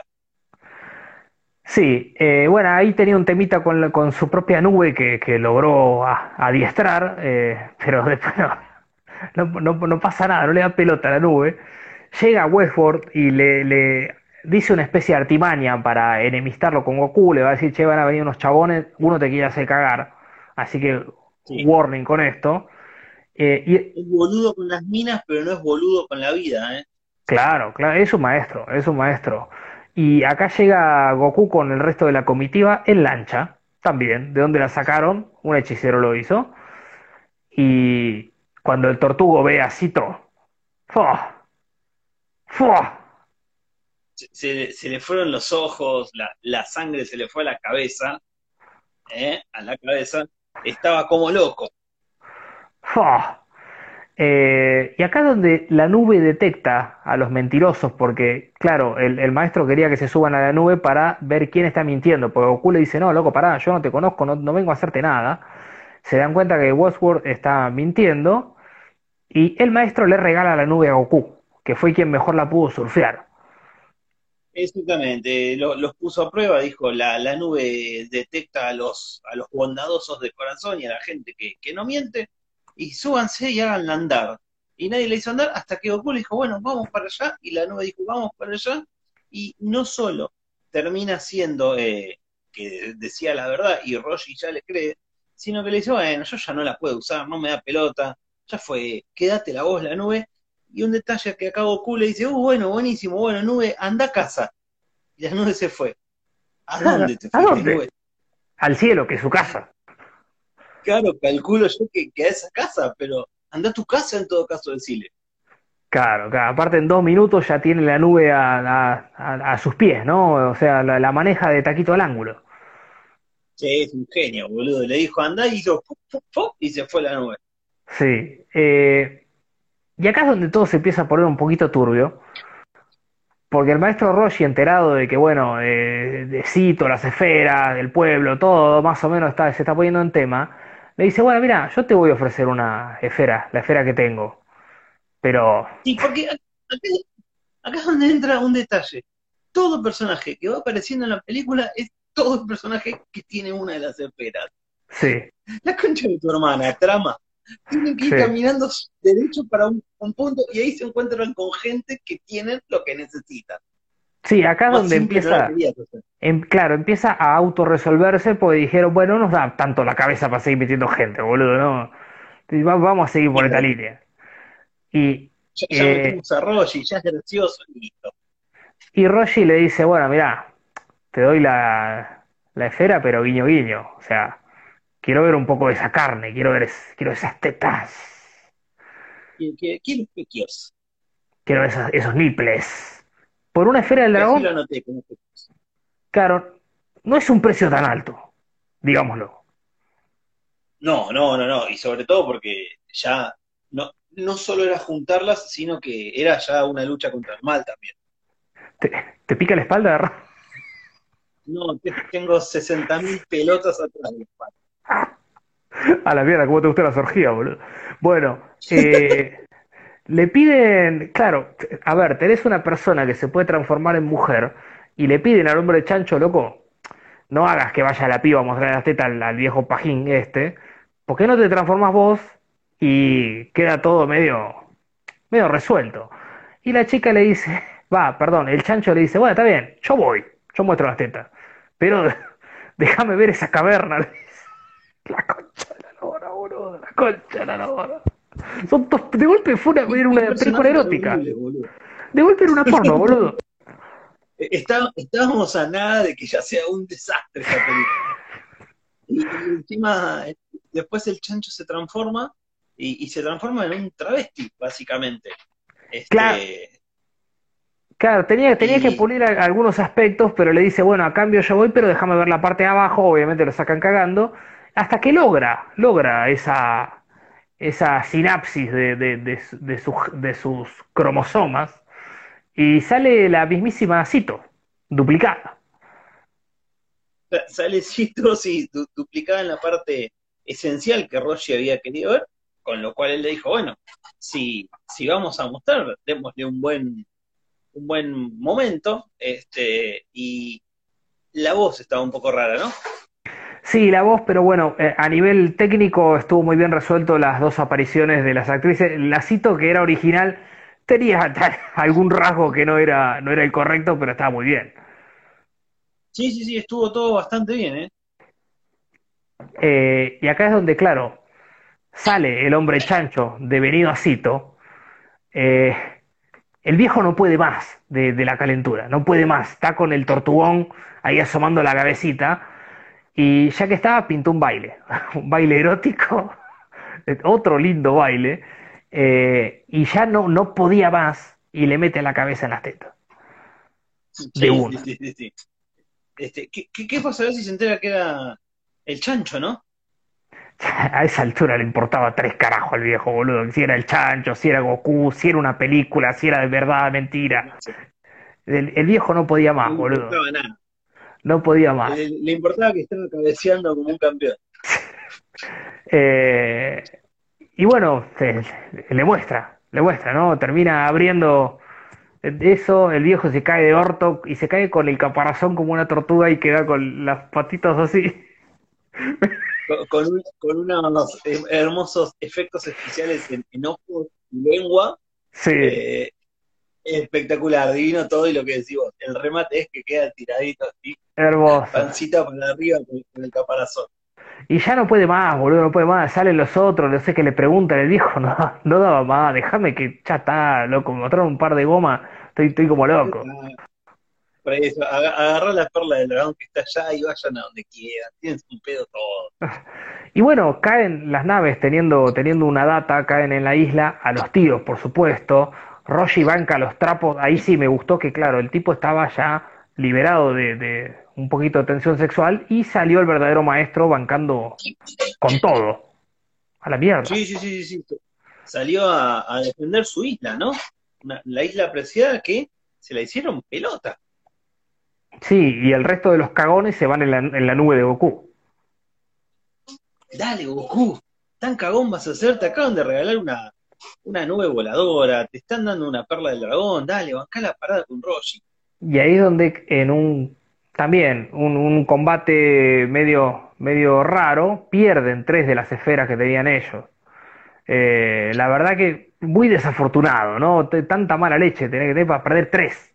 Sí, eh, bueno, ahí tenía un temita con, la- con su propia nube que, que logró a- adiestrar, eh, pero después no, no, no- no pasa nada, no le da pelota a la nube. Llega Westworld y le, le dice una especie de artimaña para enemistarlo con Goku, le va a decir, che, van a venir unos chabones, uno te quiere hacer cagar, así que Sí. warning con esto. Eh, y Es boludo con las minas, pero no es boludo con la vida, ¿eh? claro, claro, es un maestro, es un maestro. Y acá llega Goku con el resto de la comitiva en lancha, también. ¿De dónde la sacaron? Un hechicero lo hizo. Y cuando el tortugo ve a Cito, ¡fua! ¡fua! Se, se- se le fueron los ojos, la, la sangre se le fue a la cabeza, ¿eh? A la cabeza. Estaba como loco. ¡fua! Eh, y acá es donde la nube detecta a los mentirosos, porque, claro, el, el maestro quería que se suban a la nube para ver quién está mintiendo, porque Goku le dice, no, loco, pará, yo no te conozco, no, no vengo a hacerte nada. Se dan cuenta que Wadsworth está mintiendo y el maestro le regala la nube a Goku, que fue quien mejor la pudo surfear. Exactamente, lo- los puso a prueba, dijo, la, la nube detecta a los, a los bondadosos de corazón y a la gente que, que no miente, y súbanse y háganla andar. Y nadie le hizo andar hasta que Goku le dijo, bueno, vamos para allá, y la nube dijo, vamos para allá, y no solo termina siendo eh, que decía la verdad y Roshi ya le cree, sino que le dice, bueno, yo ya no la puedo usar, no me da pelota, ya fue, quédate la voz, la nube, y un detalle que acá Goku le dice, uh, bueno, buenísimo, bueno, nube, anda a casa. Y la nube se fue. ¿A Claro, dónde te ¿a fuiste, dónde? nube? Al cielo, que es su casa. Claro, calculo yo que, que a esa casa, pero anda a tu casa en todo caso, decirle. Claro, claro, aparte en dos minutos ya tiene la nube a, a- a- a sus pies, ¿no? O sea, la, la maneja de taquito al ángulo. Che, es un genio, boludo. Le dijo, anda y hizo, fu, fu, fu, y se fue la nube. Sí. Eh, y acá es donde todo se empieza a poner un poquito turbio, porque el maestro Roshi, enterado de que, bueno, eh, de Cito, las esferas, del pueblo, todo más o menos está, se está poniendo en tema, le dice, bueno, mira, yo te voy a ofrecer una esfera, la esfera que tengo, pero Sí, porque acá, acá es donde entra un detalle. Todo personaje que va apareciendo en la película es todo el personaje que tiene una de las esferas. sí, La concha de tu hermana, trama. Tienen que ir sí. caminando derecho para un, un punto y ahí se encuentran con gente que tienen lo que necesitan. Sí, acá es Más donde simple no la empieza, quería hacer. em- claro, empieza a autorresolverse porque dijeron, bueno, no nos da tanto la cabeza para seguir metiendo gente, boludo, ¿no? Y va- Vamos a seguir por esta Claro, línea. Y, ya, ya eh, metimos a Roshi, ya es gracioso, listo. y Roshi le dice, bueno, mirá, te doy la, la esfera, pero guiño, guiño. O sea, quiero ver un poco de esa carne, quiero ver, es- quiero esas tetas. ¿Quién, quién, quién es Pequios? Quiero esas- esos nipples. Por una esfera del Que así dragón, lo anoté. Como que- claro, no es un precio tan alto, digámoslo. No, no, no, no. Y sobre todo porque ya no, no solo era juntarlas, sino que era ya una lucha contra el mal también. ¿Te, te pica la espalda? No, te- tengo sesenta mil pelotas atrás de la espalda. A la mierda, ¿cómo te gusta la orgías, boludo? Bueno, eh, le piden, claro, a ver, tenés una persona que se puede transformar en mujer y le piden al hombre chancho, loco, no hagas que vaya la piba a mostrar las tetas al, al viejo pajín este, ¿por qué no te transformas vos y queda todo medio, medio resuelto? Y la chica le dice, va, perdón, el chancho le dice, bueno, está bien, yo voy, yo muestro las tetas, pero déjame ver esa caverna, le dice. La concha de la lora, boludo, la concha de la lora. Son dos- de golpe fue una, Qué, era qué una película personajes erótica. horribles, boludo. De golpe era una porno, boludo. Eh, Está, estábamos a nada de que ya sea un desastre esa película. Y, y encima, eh, después el chancho se transforma y, y se transforma en un travesti, básicamente. Claro, Este, claro, tenía, tenía que y pulir a- algunos aspectos, pero le dice, bueno, a cambio yo voy, pero déjame ver la parte de abajo, obviamente lo sacan cagando, hasta que logra, logra esa, esa sinapsis de, de, de, su- de sus, de sus cromosomas y sale la mismísima Cito, duplicada. sa- sale Citrus y du- duplicada en la parte esencial que Roger había querido ver, con lo cual él le dijo, bueno, si, si vamos a mostrar, démosle un buen, un buen momento, este, y la voz estaba un poco rara, ¿no? Sí, la voz, pero bueno, eh, a nivel técnico estuvo muy bien resuelto las dos apariciones de las actrices. La Cito, que era original, tenía tal- algún rasgo que no era, no era el correcto, pero estaba muy bien. Sí, sí, sí, estuvo todo bastante bien, ¿eh? Eh, y acá es donde, claro, sale el hombre chancho devenido a Cito. Eh, el viejo no puede más de, de la calentura, no puede más. Está con el tortugón ahí asomando la cabecita. Y ya que estaba, pintó un baile, un baile erótico, otro lindo baile, eh, y ya no, no podía más y le mete la cabeza en las tetas, de Sí, sí, una. sí, sí, sí. Este, ¿qué, qué, qué pasará si se entera que era el chancho, ¿no? A esa altura le importaba tres carajos al viejo, boludo. Si era el chancho, si era Goku, si era una película, si era de verdad, No mentira. sé, El, el viejo no podía no más, le boludo. importaba nada. No podía más. Le, le importaba que estaba cabeceando como un campeón. Eh, y bueno, se- le muestra, le muestra, ¿no? Termina abriendo eso, el viejo se cae de orto y se cae con el caparazón como una tortuga y queda con las patitas así. Con, con, un- con unos eh, hermosos efectos especiales en, en ojos y lengua. Sí, eh, Espectacular, divino todo y lo que decimos. El remate es que queda tiradito así, hermoso. pancita para arriba con, con el caparazón. Y ya no puede más, boludo, no puede más. Salen los otros, no sé qué le preguntan, el viejo no, no daba más, déjame que ya está, loco, me mostraron un par de gomas, estoy, estoy como loco. Por eso, aga- agarrá la perla del dragón que está allá y vayan a donde quieran. Tienen un pedo todo. Y bueno, caen las naves teniendo, teniendo una data, caen en la isla, a los tiros, por supuesto. Roshi banca los trapos, ahí sí me gustó que, claro, el tipo estaba ya liberado de, de un poquito de tensión sexual y salió el verdadero maestro bancando con todo, a la mierda. Sí, sí, sí, sí, sí. Salió a, a defender su isla, ¿no? Una- la isla apreciada que se la hicieron pelota. Sí, y el resto de los cagones se van en la, en la nube de Goku. Dale, Goku, tan cagón vas a ser, te acaban de regalar una, una nube voladora, te están dando una perla del dragón, dale, bancá la parada con Roshi. Y ahí es donde en un también un, un combate medio, medio raro, pierden tres de las esferas que tenían ellos. Eh, la verdad que muy desafortunado, ¿no? T- Tanta mala leche tener que tener para perder tres.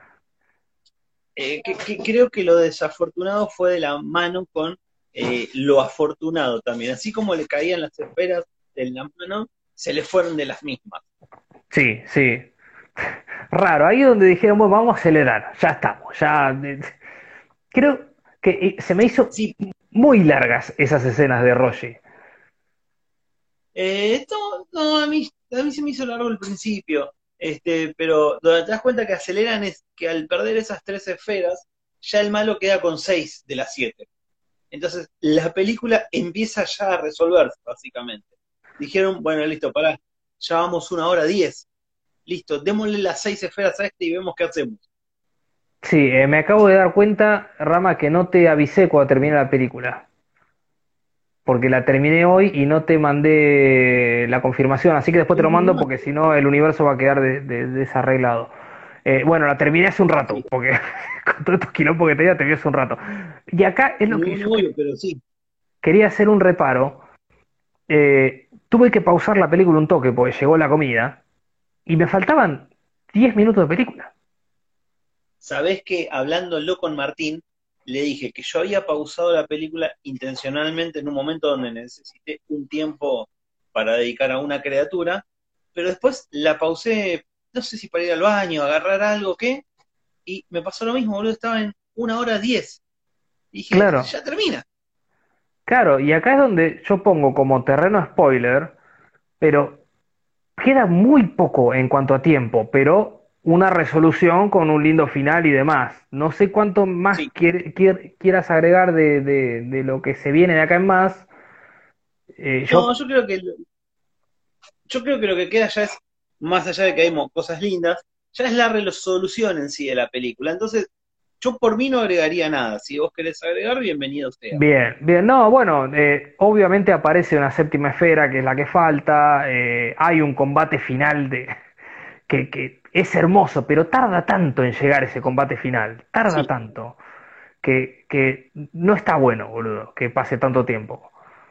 Eh, que, que creo que lo desafortunado fue de la mano con eh, lo afortunado también. Así como le caían las esferas de la mano, se le fueron de las mismas. Sí, sí. Raro, ahí es donde dijeron, bueno, vamos a acelerar, ya estamos, ya. eh, Creo que eh, se me hizo Sí, muy largas esas escenas de Roshi. eh, no, no, a mí, a mí se me hizo largo el principio. Este, pero donde te das cuenta que aceleran es que al perder esas tres esferas, ya el malo queda con seis de las siete. Entonces, la película empieza ya a resolverse, básicamente. Dijeron, bueno, listo, pará, ya vamos una hora diez. Listo, démosle las seis esferas a este y vemos qué hacemos. Sí, eh, me acabo de dar cuenta, Rama, que no te avisé cuando terminé la película, porque la terminé hoy y no te mandé la confirmación, así que después te lo mando porque si no el universo va a quedar de- de- desarreglado. Eh, bueno, la terminé hace un rato, Sí, porque con todos estos quilombos que tenía, terminé hace un rato. Y acá es lo que no, yo no, obvio, que- pero sí. quería hacer un reparo. Eh, tuve que pausar la película un toque porque llegó la comida y me faltaban diez minutos de película. Sabés que hablándolo con Martín, le dije que yo había pausado la película intencionalmente en un momento donde necesité un tiempo para dedicar a una criatura, pero después la pausé, no sé si para ir al baño, agarrar algo, ¿qué? Y me pasó lo mismo, boludo, estaba en una hora diez. Y dije, Claro, ya termina. claro, y acá es donde yo pongo como terreno spoiler, pero queda muy poco en cuanto a tiempo, pero una resolución con un lindo final y demás. No sé cuánto más Sí. quier- quier- quieras agregar de, de- de lo que se viene de acá en más. Eh, No, yo, yo creo que yo creo que lo que queda ya es, más allá de que hay mo- cosas lindas, ya es la resolución en sí de la película. Entonces, yo por mí no agregaría nada. Si vos querés agregar, bienvenido sea. bien, bien, no, bueno, eh, obviamente aparece una séptima esfera que es la que falta, eh, hay un combate final de, que, que es hermoso, pero tarda tanto en llegar ese combate final, tarda Sí. tanto, que, que no está bueno, boludo, que pase tanto tiempo.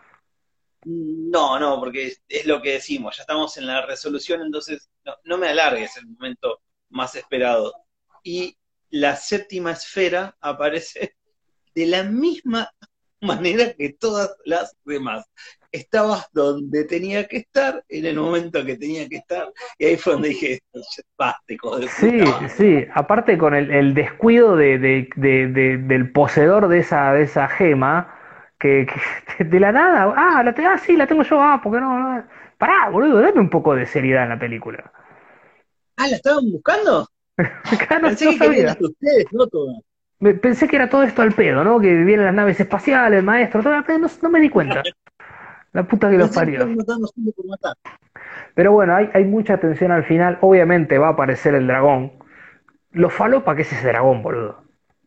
No, no, porque es, es lo que decimos, ya estamos en la resolución, entonces no, no me alargues el momento más esperado. Y la séptima esfera aparece de la misma manera que todas las demás. Estabas donde tenía que estar, en el momento que tenía que estar, y ahí fue donde dije, basta, hijo de puta, Sí, basta. sí, aparte con el, el descuido de, de- de- de- del poseedor de esa, de esa gema, que, que de la nada, ah, la te- ah, sí, la tengo yo, ah, porque no, no? Pará, boludo, dame un poco de seriedad en la película. Ah, ¿la estaban buscando? Acá no, Pensé no que querían sabía. ser ustedes, no todas. Me- pensé que era todo esto al pedo, ¿no? Que vienen las naves espaciales, el maestro, todo, pero no, no me di cuenta. La puta que los Pensé que parió. estaban matando solo por matar. Pero bueno, hay, hay mucha tensión al final. Obviamente va a aparecer el dragón. Lo falopa que es ese dragón, boludo.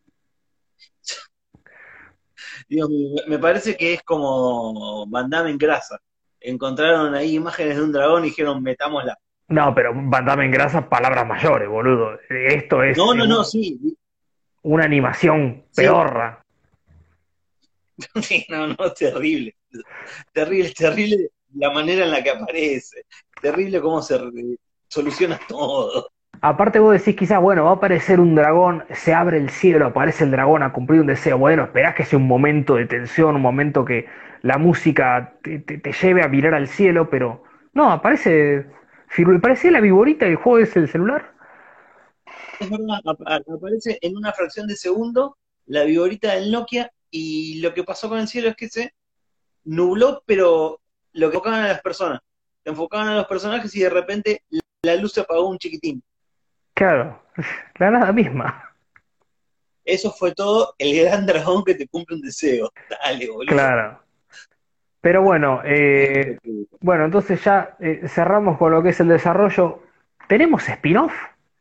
Dios mío, me parece que es como Van Damme en grasa. Encontraron ahí imágenes de un dragón y dijeron, metámosla. No, pero Van Damme en grasa, palabras mayores, boludo. Esto es No, eh, no, no, un- sí, una animación sí, pedorra. sí, no, no, terrible. Terrible, terrible la manera en la que aparece. Terrible cómo se re- soluciona todo. Aparte vos decís quizás, bueno, va a aparecer un dragón, se abre el cielo, aparece el dragón a cumplir un deseo. Bueno, esperás que sea un momento de tensión, un momento que la música te, te- te lleve a mirar al cielo, pero no, aparece, firul- parece la viborita y el juego es el celular. Es verdad, ap- a- aparece en una fracción de segundo la viborita del Nokia y lo que pasó con el cielo es que se nubló, pero lo que enfocaban a las personas. Se enfocaban a los personajes y de repente la luz se apagó un chiquitín. Claro, la nada misma. Eso fue todo el gran dragón que te cumple un deseo. Dale, boludo. Claro. Pero bueno, Hijo de eh, puta. bueno, entonces ya eh, cerramos con lo que es el desarrollo. ¿Tenemos spin-off?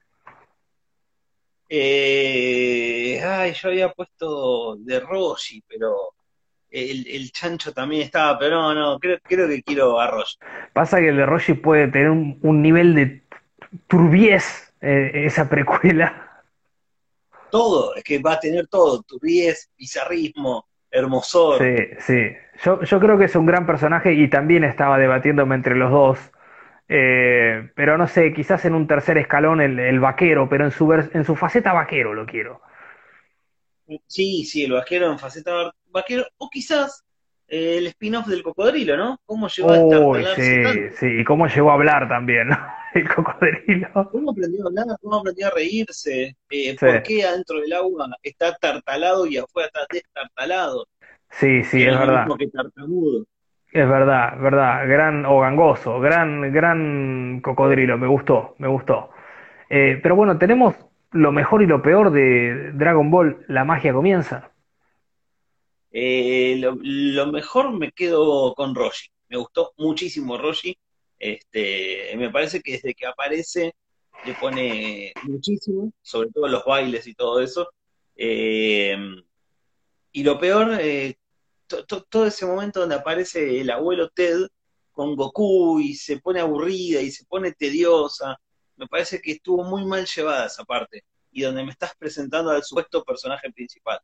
Eh, ay, yo había puesto de Roshi, pero el, el chancho también estaba, pero no, no, creo, creo que quiero a Roshi. Pasa que el de Roshi puede tener un, un nivel de turbiez, eh, esa precuela. Todo, es que va a tener todo, turbidez, bizarrismo, Sí, hermosor. sí. Yo, yo creo que es un gran personaje y también estaba debatiéndome entre los dos. Eh, pero no sé, quizás en un tercer escalón el, el vaquero, pero en su, vers- en su faceta vaquero lo quiero. Sí, sí, el vaquero en faceta va- vaquero, o quizás eh, el spin-off del cocodrilo, ¿no? ¿Cómo llegó a Uy, sí, estartalarse tanto? sí. Y cómo llegó a hablar también, ¿no? El cocodrilo. ¿Cómo aprendió a hablar? ¿Cómo aprendió a reírse? Eh, Sí, ¿por qué adentro del agua está tartalado y afuera está destartalado? sí, sí, Que no es es lo mismo verdad. que tartamudo. Es verdad, verdad, gran o gangoso, gran, gran cocodrilo, me gustó, me gustó. Eh, pero bueno, tenemos lo mejor y lo peor de Dragon Ball, la magia comienza. Eh, lo, lo mejor me quedo con Roshi. Me gustó muchísimo Roshi. Este, me parece que desde que aparece le pone muchísimo, sobre todo los bailes y todo eso. Eh, y lo peor, eh, to- to- todo ese momento donde aparece el abuelo Ted con Goku y se pone aburrida y se pone tediosa, me parece que estuvo muy mal llevada esa parte. Y donde me estás presentando al supuesto personaje principal.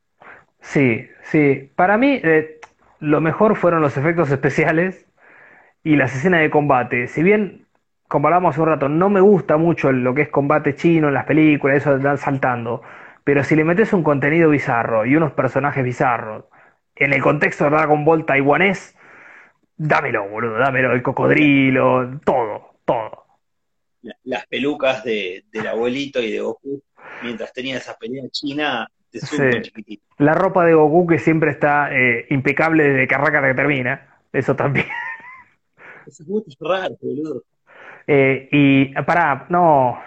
Sí, sí. Para mí, eh, lo mejor fueron los efectos especiales y las escenas de combate. Si bien, como hablábamos hace un rato, no me gusta mucho lo que es combate chino en las películas, eso de andar saltando. Pero si le metes un contenido bizarro y unos personajes bizarros, en el contexto de Dragon Ball taiwanés, dámelo, boludo, dámelo, el cocodrilo, todo, todo. La- las pelucas de, del abuelito y de Goku mientras tenía esa pelea china de Sí. Super chiquitito. La ropa de Goku que siempre está eh, impecable desde que arranca hasta que termina. Eso también. Eso es muy raro, boludo. Eh, y pará, no,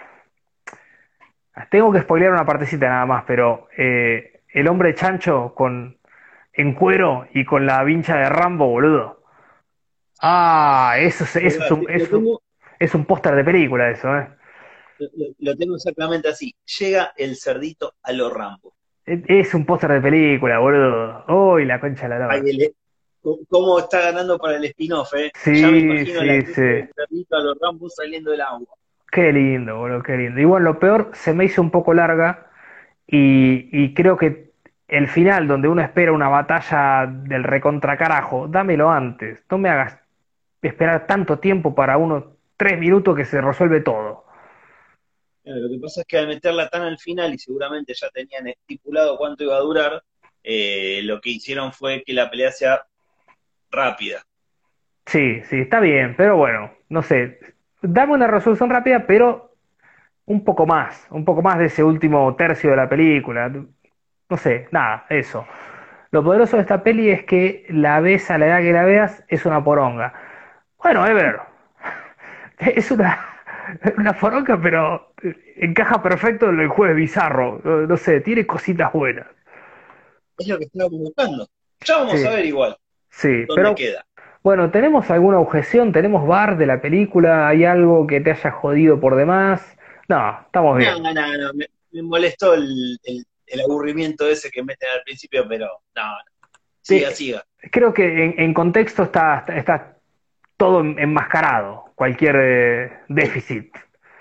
tengo que spoilear una partecita nada más, pero eh, el hombre chancho con en cuero y con la vincha de Rambo, boludo. Ah, eso es, eso es ¿Verdad? un, Lo eso tengo, es un póster de película eso, ¿eh? lo, lo tengo exactamente así. Llega el cerdito a lo Rambo. Es es un póster de película, boludo. Uy, la concha de la Ay, lora. el- cómo está ganando para el spin-off, ¿eh? Ya me Sí, imagino la sí, cruz sí. del cerdito a lo Rambo saliendo del agua. Qué lindo, boludo, qué lindo. Igual lo peor se me hizo un poco larga y, y creo que el final, donde uno espera una batalla del recontra carajo, dámelo antes. No me hagas esperar tanto tiempo para unos tres minutos que se resuelve todo. Eh, Lo que pasa es que al meterla tan al final y seguramente ya tenían estipulado cuánto iba a durar, eh, lo que hicieron fue que la pelea sea rápida. Sí, sí, está bien, pero bueno, no sé. Dame una resolución rápida, pero un poco más, un poco más de ese último tercio de la película. No sé, nada, eso. Lo poderoso de esta peli es que la ves a la edad que la veas, es una poronga. Bueno, Ever, es una, una poronga, pero encaja perfecto en el jueves bizarro. No, no sé, tiene cositas buenas. Es lo que estábamos buscando. Ya vamos a Sí, ver igual sí, dónde pero queda. bueno, ¿tenemos alguna objeción? ¿Tenemos bar de la película? ¿Hay algo que te haya jodido por demás? No, estamos No, bien. no, no, me, me molestó el, el- el aburrimiento ese que meten al principio, pero no, no, siga, Te- siga. Creo que en, en contexto está, está, está todo en- enmascarado, cualquier eh, déficit.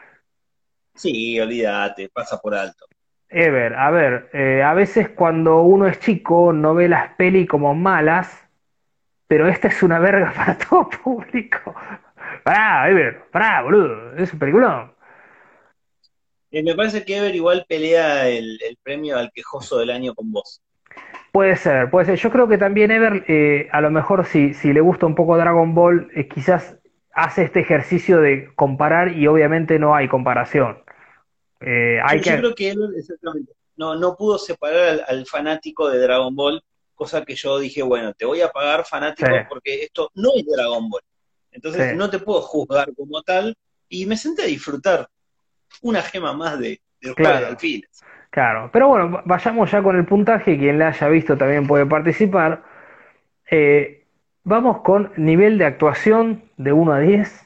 Sí, olvídate, pasa por alto. Ever, a ver, eh, a veces cuando uno es chico no ve las peli como malas, pero esta es una verga para todo público. Pará, Ever, pará, boludo, es un peliculón. Eh, me parece que Ever igual pelea el, el premio al quejoso del año con vos. Puede ser, puede ser. Yo creo que también Ever, eh, a lo mejor si, si le gusta un poco Dragon Ball, eh, quizás hace este ejercicio de comparar y obviamente no hay comparación. Eh, Yo, hay yo que... creo que Ever, exactamente, no, no pudo separar al, al fanático de Dragon Ball, cosa que yo dije, bueno, te voy a pagar Sí, fanático porque esto no es Dragon Ball. sí, Entonces no te puedo juzgar como tal y me senté a disfrutar una gema más de, del jueves de claro, alfiles. claro. Pero bueno, va- vayamos ya con el puntaje. Quien la haya visto también puede participar. Eh, vamos con nivel de actuación de uno a diez.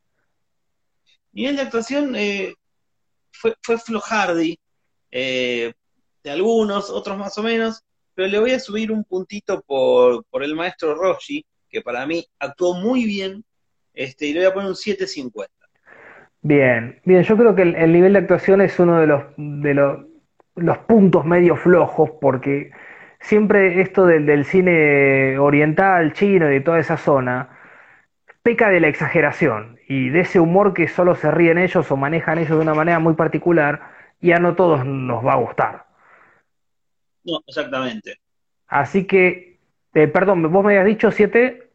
Nivel de actuación eh, fue, fue flojardi, eh, de algunos, otros más o menos, pero le voy a subir un puntito por, por el maestro Roshi, que para mí actuó muy bien, este, y le voy a poner un siete cincuenta. Bien, bien, yo creo que el, el nivel de actuación es uno de los, de los, los puntos medio flojos, porque siempre esto del, del cine oriental, chino y de toda esa zona, peca de la exageración y de ese humor que solo se ríen ellos o manejan ellos de una manera muy particular y a no todos nos va a gustar. No, exactamente. Así que, eh, perdón, vos me habías dicho siete,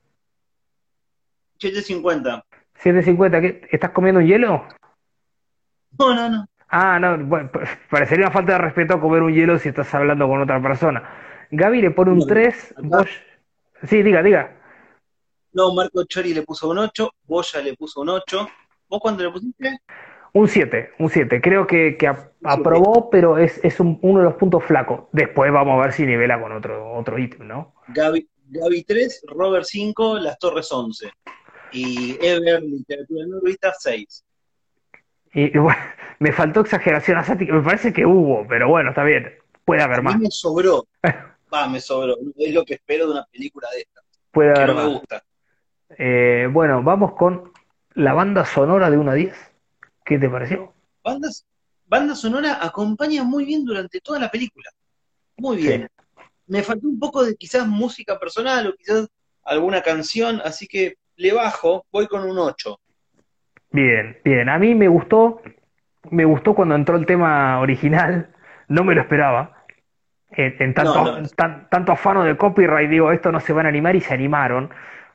siete cincuenta. siete cincuenta, ¿qué? ¿Estás comiendo un hielo? No, no, no. Ah, no, bueno, pa- parecería una falta de respeto comer un hielo si estás hablando con otra persona. Gaby le pone un No, no. tres, Acá, vos... Sí, diga, diga. No, Marco Chori le puso un ocho, Boya le puso un ocho. ¿Vos cuánto le pusiste? Un siete, un siete. Creo que, que ap- Un siete. aprobó, pero es, es un- uno de los puntos flacos. Después vamos a ver si nivela con otro, otro ítem, ¿no? Gaby, Gaby tres, Robert cinco, Las Torres once. Y Ever, Literatura Nórdica seis. Y, y bueno, me faltó exageración asática, me parece que hubo, pero bueno, está bien. Puede A haber mí más, me sobró, va, me sobró. Es lo que espero de una película de esta, puede que haber no me más. gusta. Eh, bueno, vamos con la banda sonora de uno a diez. ¿Qué te pareció? Bandas, banda sonora acompaña muy bien durante toda la película. Muy Sí. bien. Me faltó un poco de quizás música personal o quizás alguna canción, así que le bajo, voy con un ocho. Bien, bien. A mí me gustó, me gustó cuando entró el tema original, no me lo esperaba. En, en No, tanto, no. tan- tanto afano de copyright, digo, esto no se van a animar y se animaron.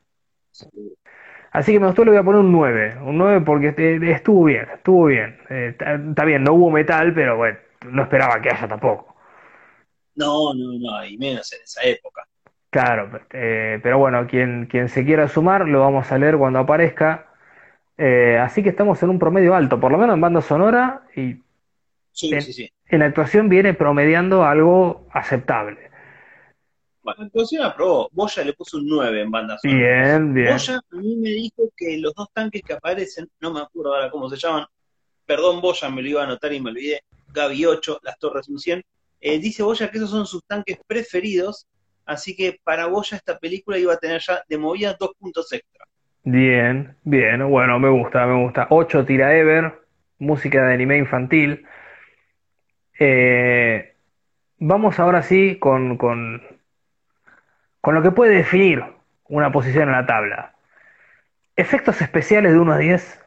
Así que me gustó, le voy a poner un nueve, un nueve porque este- estuvo bien, estuvo bien. Eh, está está bien, no hubo metal, pero bueno, no esperaba que haya tampoco. No, no, no, y menos en esa época. Claro, eh, pero bueno, quien, quien se quiera sumar lo vamos a leer cuando aparezca. Eh, así que estamos en un promedio alto, por lo menos en banda sonora y Sí, en, sí, sí. en actuación viene promediando algo aceptable. Bueno, actuación aprobó. Boya le puso un nueve en banda sonora. Bien, bien. Boya a mí me dijo que los dos tanques que aparecen, no me acuerdo ahora cómo se llaman, perdón Boya, me lo iba a anotar y me olvidé, Gaby ocho, Las Torres un cien, eh, dice Boya que esos son sus tanques preferidos, así que para Boya esta película iba a tener ya de movida dos puntos extra. Bien, bien, bueno, me gusta, me gusta. Ocho tira Ever, música de anime infantil. Eh, vamos ahora sí con, con, con lo que puede definir una posición en la tabla. Efectos especiales de uno a diez.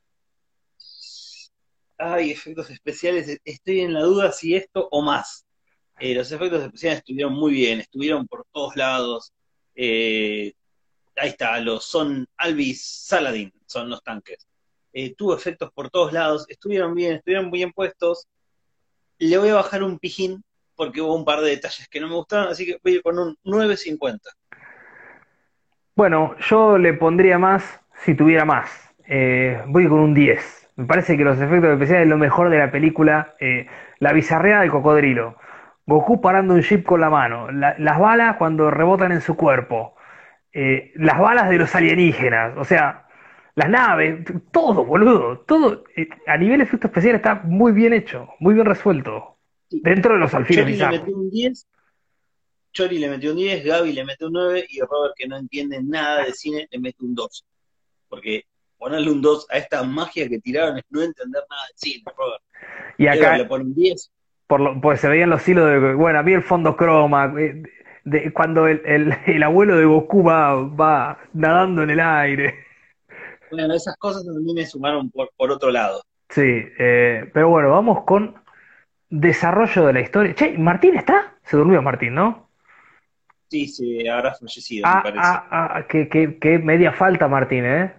Ay, efectos especiales, estoy en la duda si esto o más. Eh, los efectos especiales estuvieron muy bien, estuvieron por todos lados. Eh, Ahí está, los son Alvis Saladin, son los tanques. Eh, tuvo efectos por todos lados, estuvieron bien, estuvieron bien puestos. Le voy a bajar un pijín porque hubo un par de detalles que no me gustaron, así que voy a ir con un nueve cincuenta. Bueno, yo le pondría más si tuviera más. Eh, voy con un diez. Me parece que los efectos especiales es lo mejor de la película. Eh, la bizarreada del cocodrilo. Goku parando un jeep con la mano. La- las balas cuando rebotan en su cuerpo. Eh, las balas de los alienígenas. O sea, las naves. t- Todo, boludo. Todo. Eh, a nivel de efectos especiales está muy bien hecho. Muy bien resuelto. Sí. Dentro de los alfiles Chori le bizarros. metió un diez, Chori le metió un diez, Gaby le metió un nueve y Robert, que no entiende nada de cine, le mete un dos. Porque ponerle un dos a esta magia que tiraron es no entender nada de cine, Robert. Y Ever le acá pone un diez. por lo, pues se veían los hilos de, bueno, a mí el fondo croma, eh, de, cuando el, el, el abuelo de Goku va, va nadando en el aire. Bueno, esas cosas a mí me sumaron por, por otro lado. Sí, eh, pero bueno, vamos con desarrollo de la historia. Che, ¿Martín está? Se durmió Martín, ¿no? Sí, sí, habrá fallecido, me Ah, parece. ah, ah, qué, qué, qué media falta Martín, ¿eh?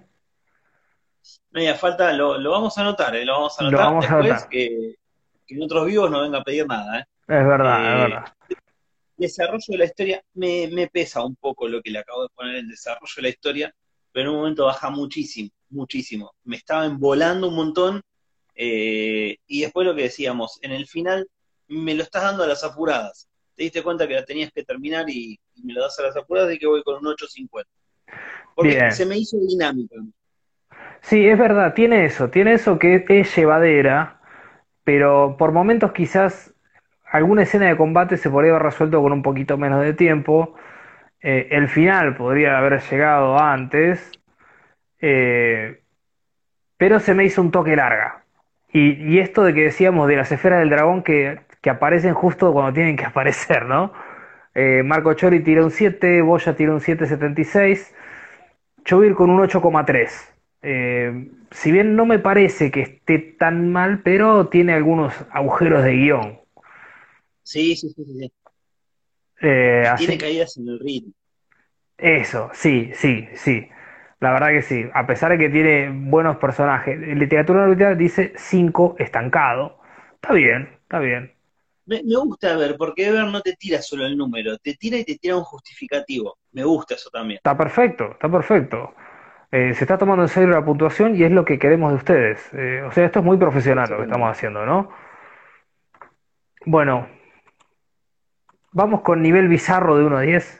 Media falta, lo, lo vamos a anotar, ¿eh? Lo vamos a Lo anotar vamos a después, anotar. que, que en otros vivos no venga a pedir nada, ¿eh? Es verdad, es Eh, verdad. Desarrollo de la historia, me, me pesa un poco lo que le acabo de poner en desarrollo de la historia, pero en un momento baja muchísimo, muchísimo. Me estaba embolando un montón, eh, y después lo que decíamos, en el final me lo estás dando a las apuradas. Te diste cuenta que la tenías que terminar y, y me lo das a las apuradas y que voy con un ocho cincuenta. Porque Bien. se me hizo dinámica. Sí, es verdad, tiene eso, tiene eso que es llevadera, pero por momentos quizás alguna escena de combate se podría haber resuelto con un poquito menos de tiempo. Eh, el final podría haber llegado antes, eh, pero se me hizo un toque larga. Y, y esto de que decíamos de las esferas del dragón que, que aparecen justo cuando tienen que aparecer, ¿no? Eh, Marco Chori tira un siete, Boya tira un siete coma setenta y seis, yo voy a ir con un ocho coma tres. Eh, si bien no me parece que esté tan mal, pero tiene algunos agujeros de guión. Sí, sí, sí, sí, sí. Eh, Y así tiene que caídas en el ritmo. eso, sí, sí, sí. La verdad que sí. A pesar de que tiene buenos personajes. En literatura noruega dice cinco estancado. Está bien, está bien. Me, me gusta ver, porque Ever no te tira solo el número, te tira y te tira un justificativo. Me gusta eso también. Está perfecto, está perfecto. Eh, se está tomando en serio la puntuación y es lo que queremos de ustedes. Eh, o sea, esto es muy profesional lo que estamos Excelente. haciendo, ¿no? Bueno, vamos con nivel bizarro de uno a diez.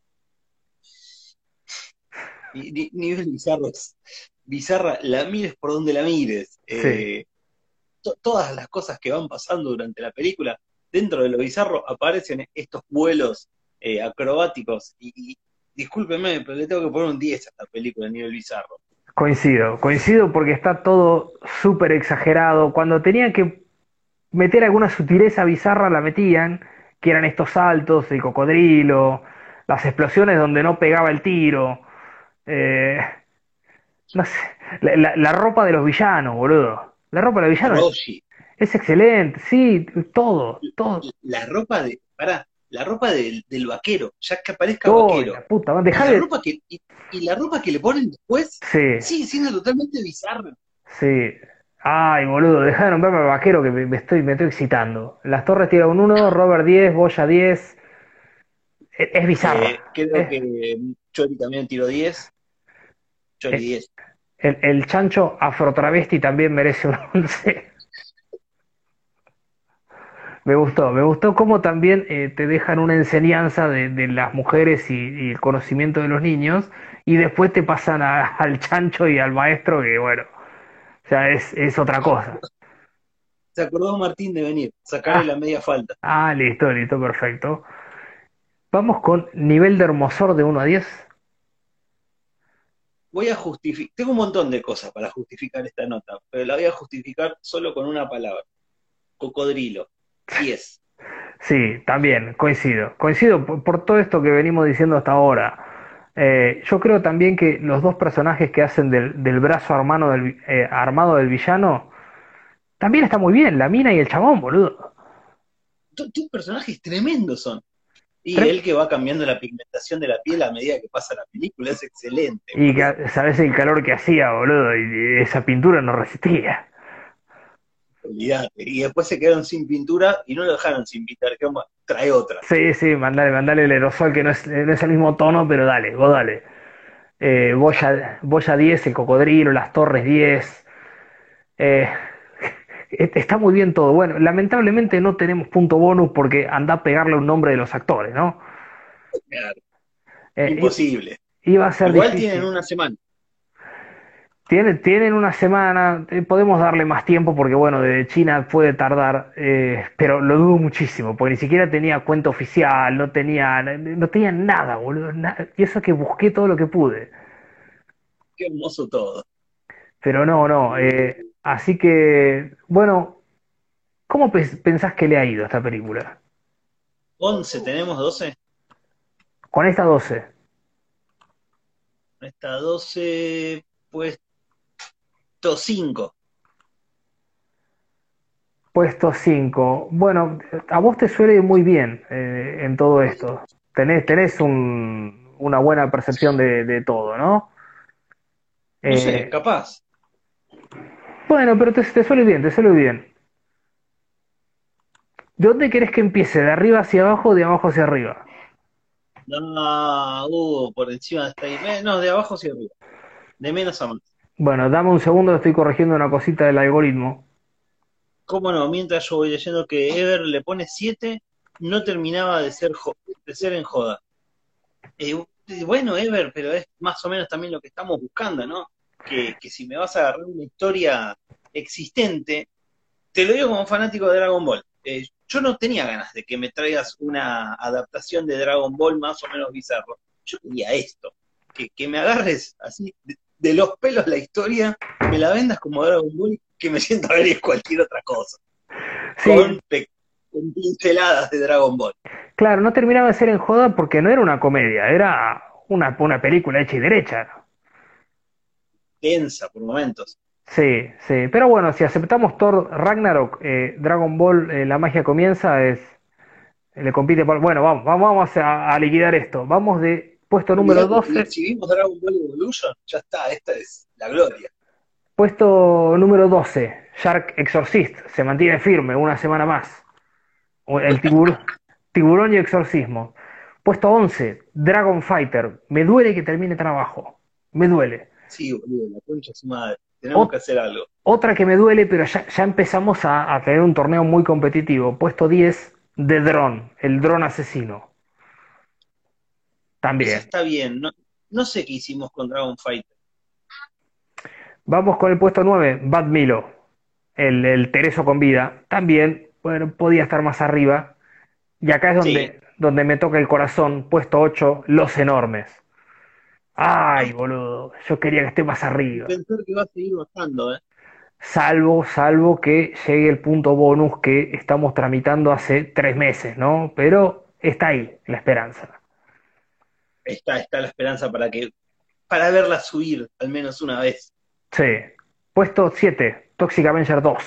Y, ni- nivel bizarro es bizarra, la mires por donde la mires. Sí, Eh, to- todas las cosas que van pasando durante la película, dentro de lo bizarro aparecen estos vuelos eh, acrobáticos. Y, y discúlpeme, pero le tengo que poner un diez a esta película a nivel bizarro. coincido, coincido porque está todo súper exagerado. Cuando tenían que meter alguna sutileza bizarra la metían, que eran estos saltos, el cocodrilo, las explosiones donde no pegaba el tiro. Eh, no sé, la, la- la ropa de los villanos, boludo. La ropa de los villanos Roshi, es excelente, sí, todo, todo. la ropa de, pará, la ropa del, del vaquero, ya que aparezca Todo, vaquero. la puta, madre, Y dejá la de... ropa que, y, y la ropa que le ponen después Sí, sigue siendo totalmente bizarra. sí. Ay, boludo, dejá de nombrarme al vaquero que me, me estoy, me estoy excitando. Las Torres tira un uno, Robert diez, Boya diez. Es, es Eh, bizarra. creo Es, que Chori también tiró diez. Chori es- diez. el, el chancho afrotravesti también merece un once. Me gustó, me gustó cómo también eh, te dejan una enseñanza de, de las mujeres y, y el conocimiento de los niños, y después te pasan a- al chancho y al maestro, que bueno, o sea, es, es otra cosa. Se acordó Martín de venir, sacarle Ah, la media falta. ah, listo, listo, perfecto. Vamos con nivel de hermosor de uno a diez. Voy a justificar, tengo un montón de cosas para justificar esta nota, pero la voy a justificar solo con una palabra. Cocodrilo. Diez. Sí, también, coincido. Coincido por, por todo esto que venimos diciendo hasta ahora. Eh, yo creo también que los dos personajes que hacen del, del brazo armado del, vi- eh, armado del villano también está muy bien, la mina y el chabón, boludo. Tus personajes tremendos son. Y Tre- él que va cambiando la pigmentación de la piel a medida que pasa la película es excelente, Y boludo. que, sabes el calor que hacía, boludo, y esa pintura no resistía. Olvídate. Y después se quedaron sin pintura y no lo dejaron sin pintar. Que vamos, trae otra. Sí, sí, mandale, mandale el aerosol que no es, no es el mismo tono, pero dale, vos dale. Eh, Boya, Boya diez, el cocodrilo, las torres diez. Eh, e- está muy bien todo. Bueno, lamentablemente no tenemos punto bonus porque anda a pegarle un nombre de los actores, ¿no? Claro, Eh, imposible. i- iba a ser Igual tienen difícil. una semana. Tienen, tienen una semana, eh, podemos darle más tiempo porque, bueno, de China puede tardar, eh, pero lo dudo muchísimo, porque ni siquiera tenía cuenta oficial, no tenía, no tenía nada, boludo, na- y eso que busqué todo lo que pude, Qué hermoso todo. pero no, no, eh, así que, bueno, ¿cómo pens- pensás que le ha ido a esta película? Once, tenemos doce. Con esta doce. Esta doce, puesto cinco. Puesto cinco. Bueno, a vos te suele ir muy bien eh, en todo esto. Tenés, tenés un- una buena percepción de, de todo, ¿no? No sé, Eh, capaz. bueno, pero te, te suele ir bien, te suele ir bien. ¿De dónde querés que empiece? ¿De arriba hacia abajo o de abajo hacia arriba? No, uh, por encima está ahí. Eh, no, de abajo hacia arriba. De menos a más. Bueno, dame un segundo, estoy corrigiendo una cosita del algoritmo. ¿Cómo no? Mientras yo voy leyendo que Ever le pone siete, no terminaba de ser, jo- de ser en joda. Eh, bueno, Ever, pero es más o menos también lo que estamos buscando, ¿no? Que, que si me vas a agarrar una historia existente, te lo digo como fanático de Dragon Ball. Eh, yo no tenía ganas de que me traigas una adaptación de Dragon Ball más o menos bizarro. Yo quería esto, que, que me agarres así de, de los pelos la historia, me la vendas como Dragon Ball, que me sienta a ver es cualquier otra cosa, Sí, con, pe- con pinceladas de Dragon Ball. claro, no terminaba de ser en joda porque no era una comedia, era una, una película hecha y derecha. Densa por momentos. Sí, sí, pero bueno, si aceptamos Thor Ragnarok, eh, Dragon Ball, eh, la magia comienza, es, le compite por... Bueno, vamos, vamos, vamos a, a liquidar esto. Vamos de puesto número Olvídate, si, doce. si vimos Dragon Ball Evolution, ya está, esta es la gloria. Puesto número doce, Shark Exorcist, se mantiene firme una semana más. O el tiburón, tiburón y exorcismo. Puesto once, Dragon Fighter. Me duele que termine tan abajo. Me duele. Sí, boludo, la concha de su madre. Tenemos que Ot- hacer algo. Otra que me duele, pero ya, ya empezamos a, a tener un torneo muy competitivo. Puesto diez, The Drone, el dron asesino. Esa También. está bien. No, no sé qué hicimos con Dragon Fighter. Vamos con el puesto nueve, Bad Milo, el, el Tereso con vida. También, bueno, podía estar más arriba. Y acá es Sí. donde, donde me toca el corazón. Puesto ocho, Los Enormes. Ay, Ah, boludo, yo quería que esté más y arriba. pensar que va a seguir bajando, ¿eh? Salvo, salvo que llegue el punto bonus que estamos tramitando hace tres meses, ¿no? Pero está ahí la esperanza. Está, está la esperanza para que, para verla subir al menos una vez. Sí. Puesto siete, Toxic Avenger dos.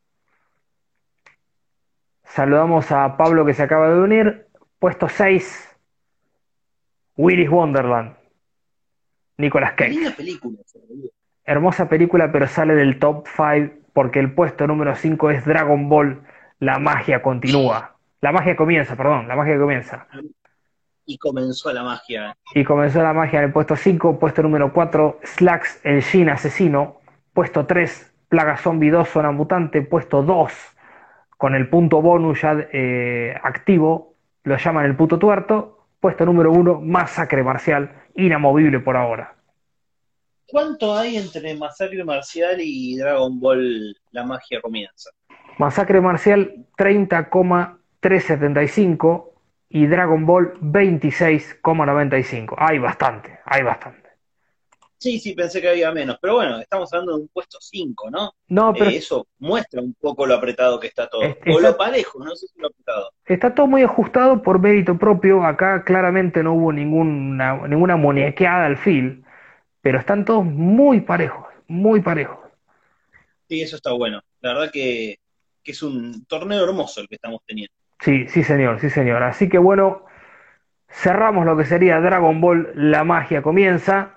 Saludamos a Pablo que se acaba de unir. Puesto seis, Willy's Wonderland. Nicolas Qué Cage. linda película esa, boludo. Hermosa película, pero sale del top cinco porque el puesto número cinco es Dragon Ball. La magia continúa. La magia comienza, perdón, la magia comienza. Y comenzó la magia. Y comenzó la magia en el puesto cinco, puesto número cuatro, Slacks, el Shin asesino, puesto tres, Plaga Zombie dos, Zona Mutante, puesto dos, con el punto bonus ya eh, activo, lo llaman el puto tuerto, puesto número uno, Masacre Marcial, inamovible por ahora. ¿Cuánto hay entre Masacre Marcial y Dragon Ball La magia comienza? Masacre Marcial treinta coma trescientos setenta y cinco y Dragon Ball veintiséis coma noventa y cinco. Hay bastante, hay bastante. Sí, sí, pensé que había menos, pero bueno, estamos hablando de un puesto cinco, ¿no? No, pero Eh, eso muestra un poco lo apretado que está todo. es- O lo está, parejo, no sé si lo apretado. está todo muy ajustado por mérito propio. Acá claramente no hubo ninguna, ninguna muñequeada al fil, pero están todos muy parejos, muy parejos. Sí, eso está bueno. La verdad que, que es un torneo hermoso el que estamos teniendo. Sí, sí señor, sí señor. Así que bueno, cerramos lo que sería Dragon Ball, la magia comienza.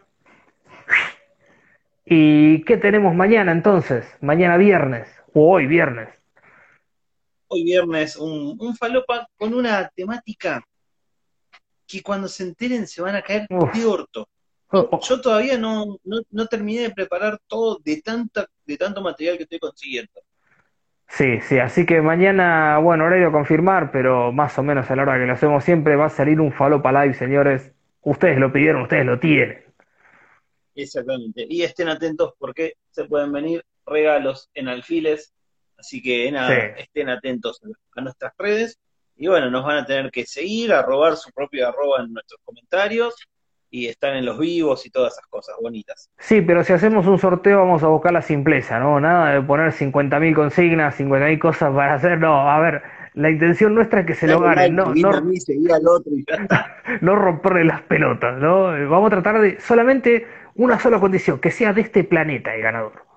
¿Y qué tenemos mañana entonces? Mañana viernes, o hoy viernes. Hoy viernes, un, un falopa con una temática que cuando se enteren se van a caer de Uf. orto. Oh, Yo, oh. yo todavía no, no, no terminé de preparar todo de tanta, de tanto material que estoy consiguiendo. Sí, sí, así que mañana, bueno, horario a confirmar, pero más o menos a la hora que lo hacemos siempre va a salir un Falopa Live, señores. Ustedes lo pidieron, ustedes lo tienen. Exactamente. Y estén atentos porque se pueden venir regalos en alfiles. Así que Sí. nada, estén atentos a nuestras redes. Y bueno, nos van a tener que seguir, a robar su propio arroba en nuestros comentarios y estar en los vivos y todas esas cosas bonitas. Sí, pero si hacemos un sorteo vamos a buscar la simpleza, ¿no? Nada de poner cincuenta mil consignas, cincuenta mil cosas para hacer. No, a ver, la intención nuestra es que se lo Dale ganen, like, no, seguime a no, mí, seguí al otro y ya está. no romperle las pelotas, ¿no? Vamos a tratar de solamente una sola condición, que sea de este planeta el ganador.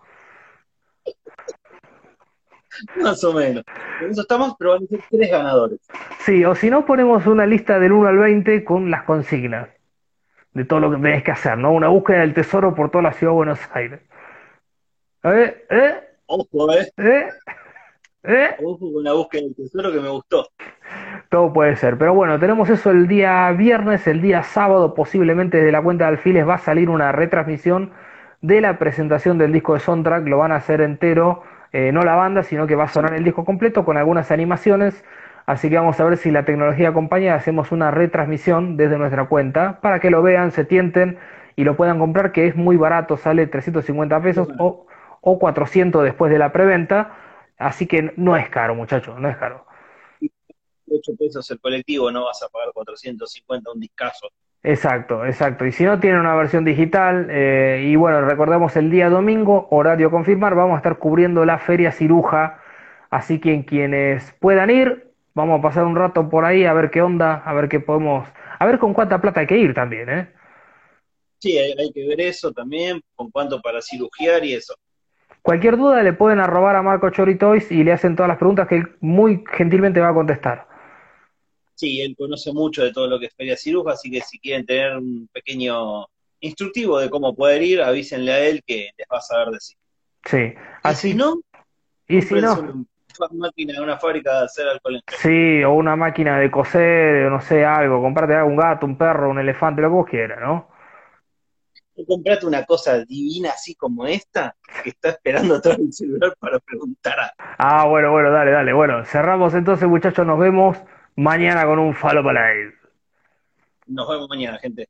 Más o menos. Con eso estamos, pero van a ser tres ganadores. Sí, o si no ponemos una lista del uno al veinte con las consignas de todo lo que tenés que hacer, ¿no? Una búsqueda del tesoro por toda la ciudad de Buenos Aires. ¿Eh? ¿Eh? Ojo, eh. ¿Eh? ¿Eh? Ojo con la búsqueda del tesoro que me gustó. Todo puede ser. Pero bueno, tenemos eso el día viernes, el día sábado, posiblemente desde la cuenta de Alfiles va a salir una retransmisión de la presentación del disco de Soundtrack. Lo van a hacer entero, eh, no la banda, sino que va a sonar el disco completo con algunas animaciones. Así que vamos a ver si la tecnología acompaña. Hacemos una retransmisión desde nuestra cuenta para que lo vean, se tienten y lo puedan comprar, que es muy barato, sale trescientos cincuenta pesos o, o cuatrocientos después de la preventa. Así que no es caro, muchachos, no es caro. Ocho pesos el colectivo, no vas a pagar cuatrocientos cincuenta un discazo. Exacto, exacto. Y si no tienen una versión digital, eh, y bueno, recordemos el día domingo, horario a confirmar, vamos a estar cubriendo la Feria Ciruja, así que quienes puedan ir, vamos a pasar un rato por ahí a ver qué onda, a ver qué podemos, a ver con cuánta plata hay que ir también, ¿eh? Sí, hay, hay que ver eso también, con cuánto para cirugiar y eso. Cualquier duda le pueden arrobar a Marco Choritois y le hacen todas las preguntas que él muy gentilmente va a contestar. Sí, él conoce mucho de todo lo que es Feria Ciruja, así que si quieren tener un pequeño instructivo de cómo poder ir, avísenle a él que les va a saber decir. Sí, Y si así, no, y si cómprense no, un fa- máquina, una fábrica de hacer alcohol en gel. Sí, o una máquina de coser, o no sé, algo, comprarte algo, un gato, un perro, un elefante, lo que vos quieras, ¿no? Tú comprate una cosa divina así como esta, que está esperando todo el celular para preguntar a. Ah, bueno, bueno, dale, dale. Bueno, cerramos entonces, muchachos, nos vemos mañana con un Falo Live. Nos vemos mañana, gente.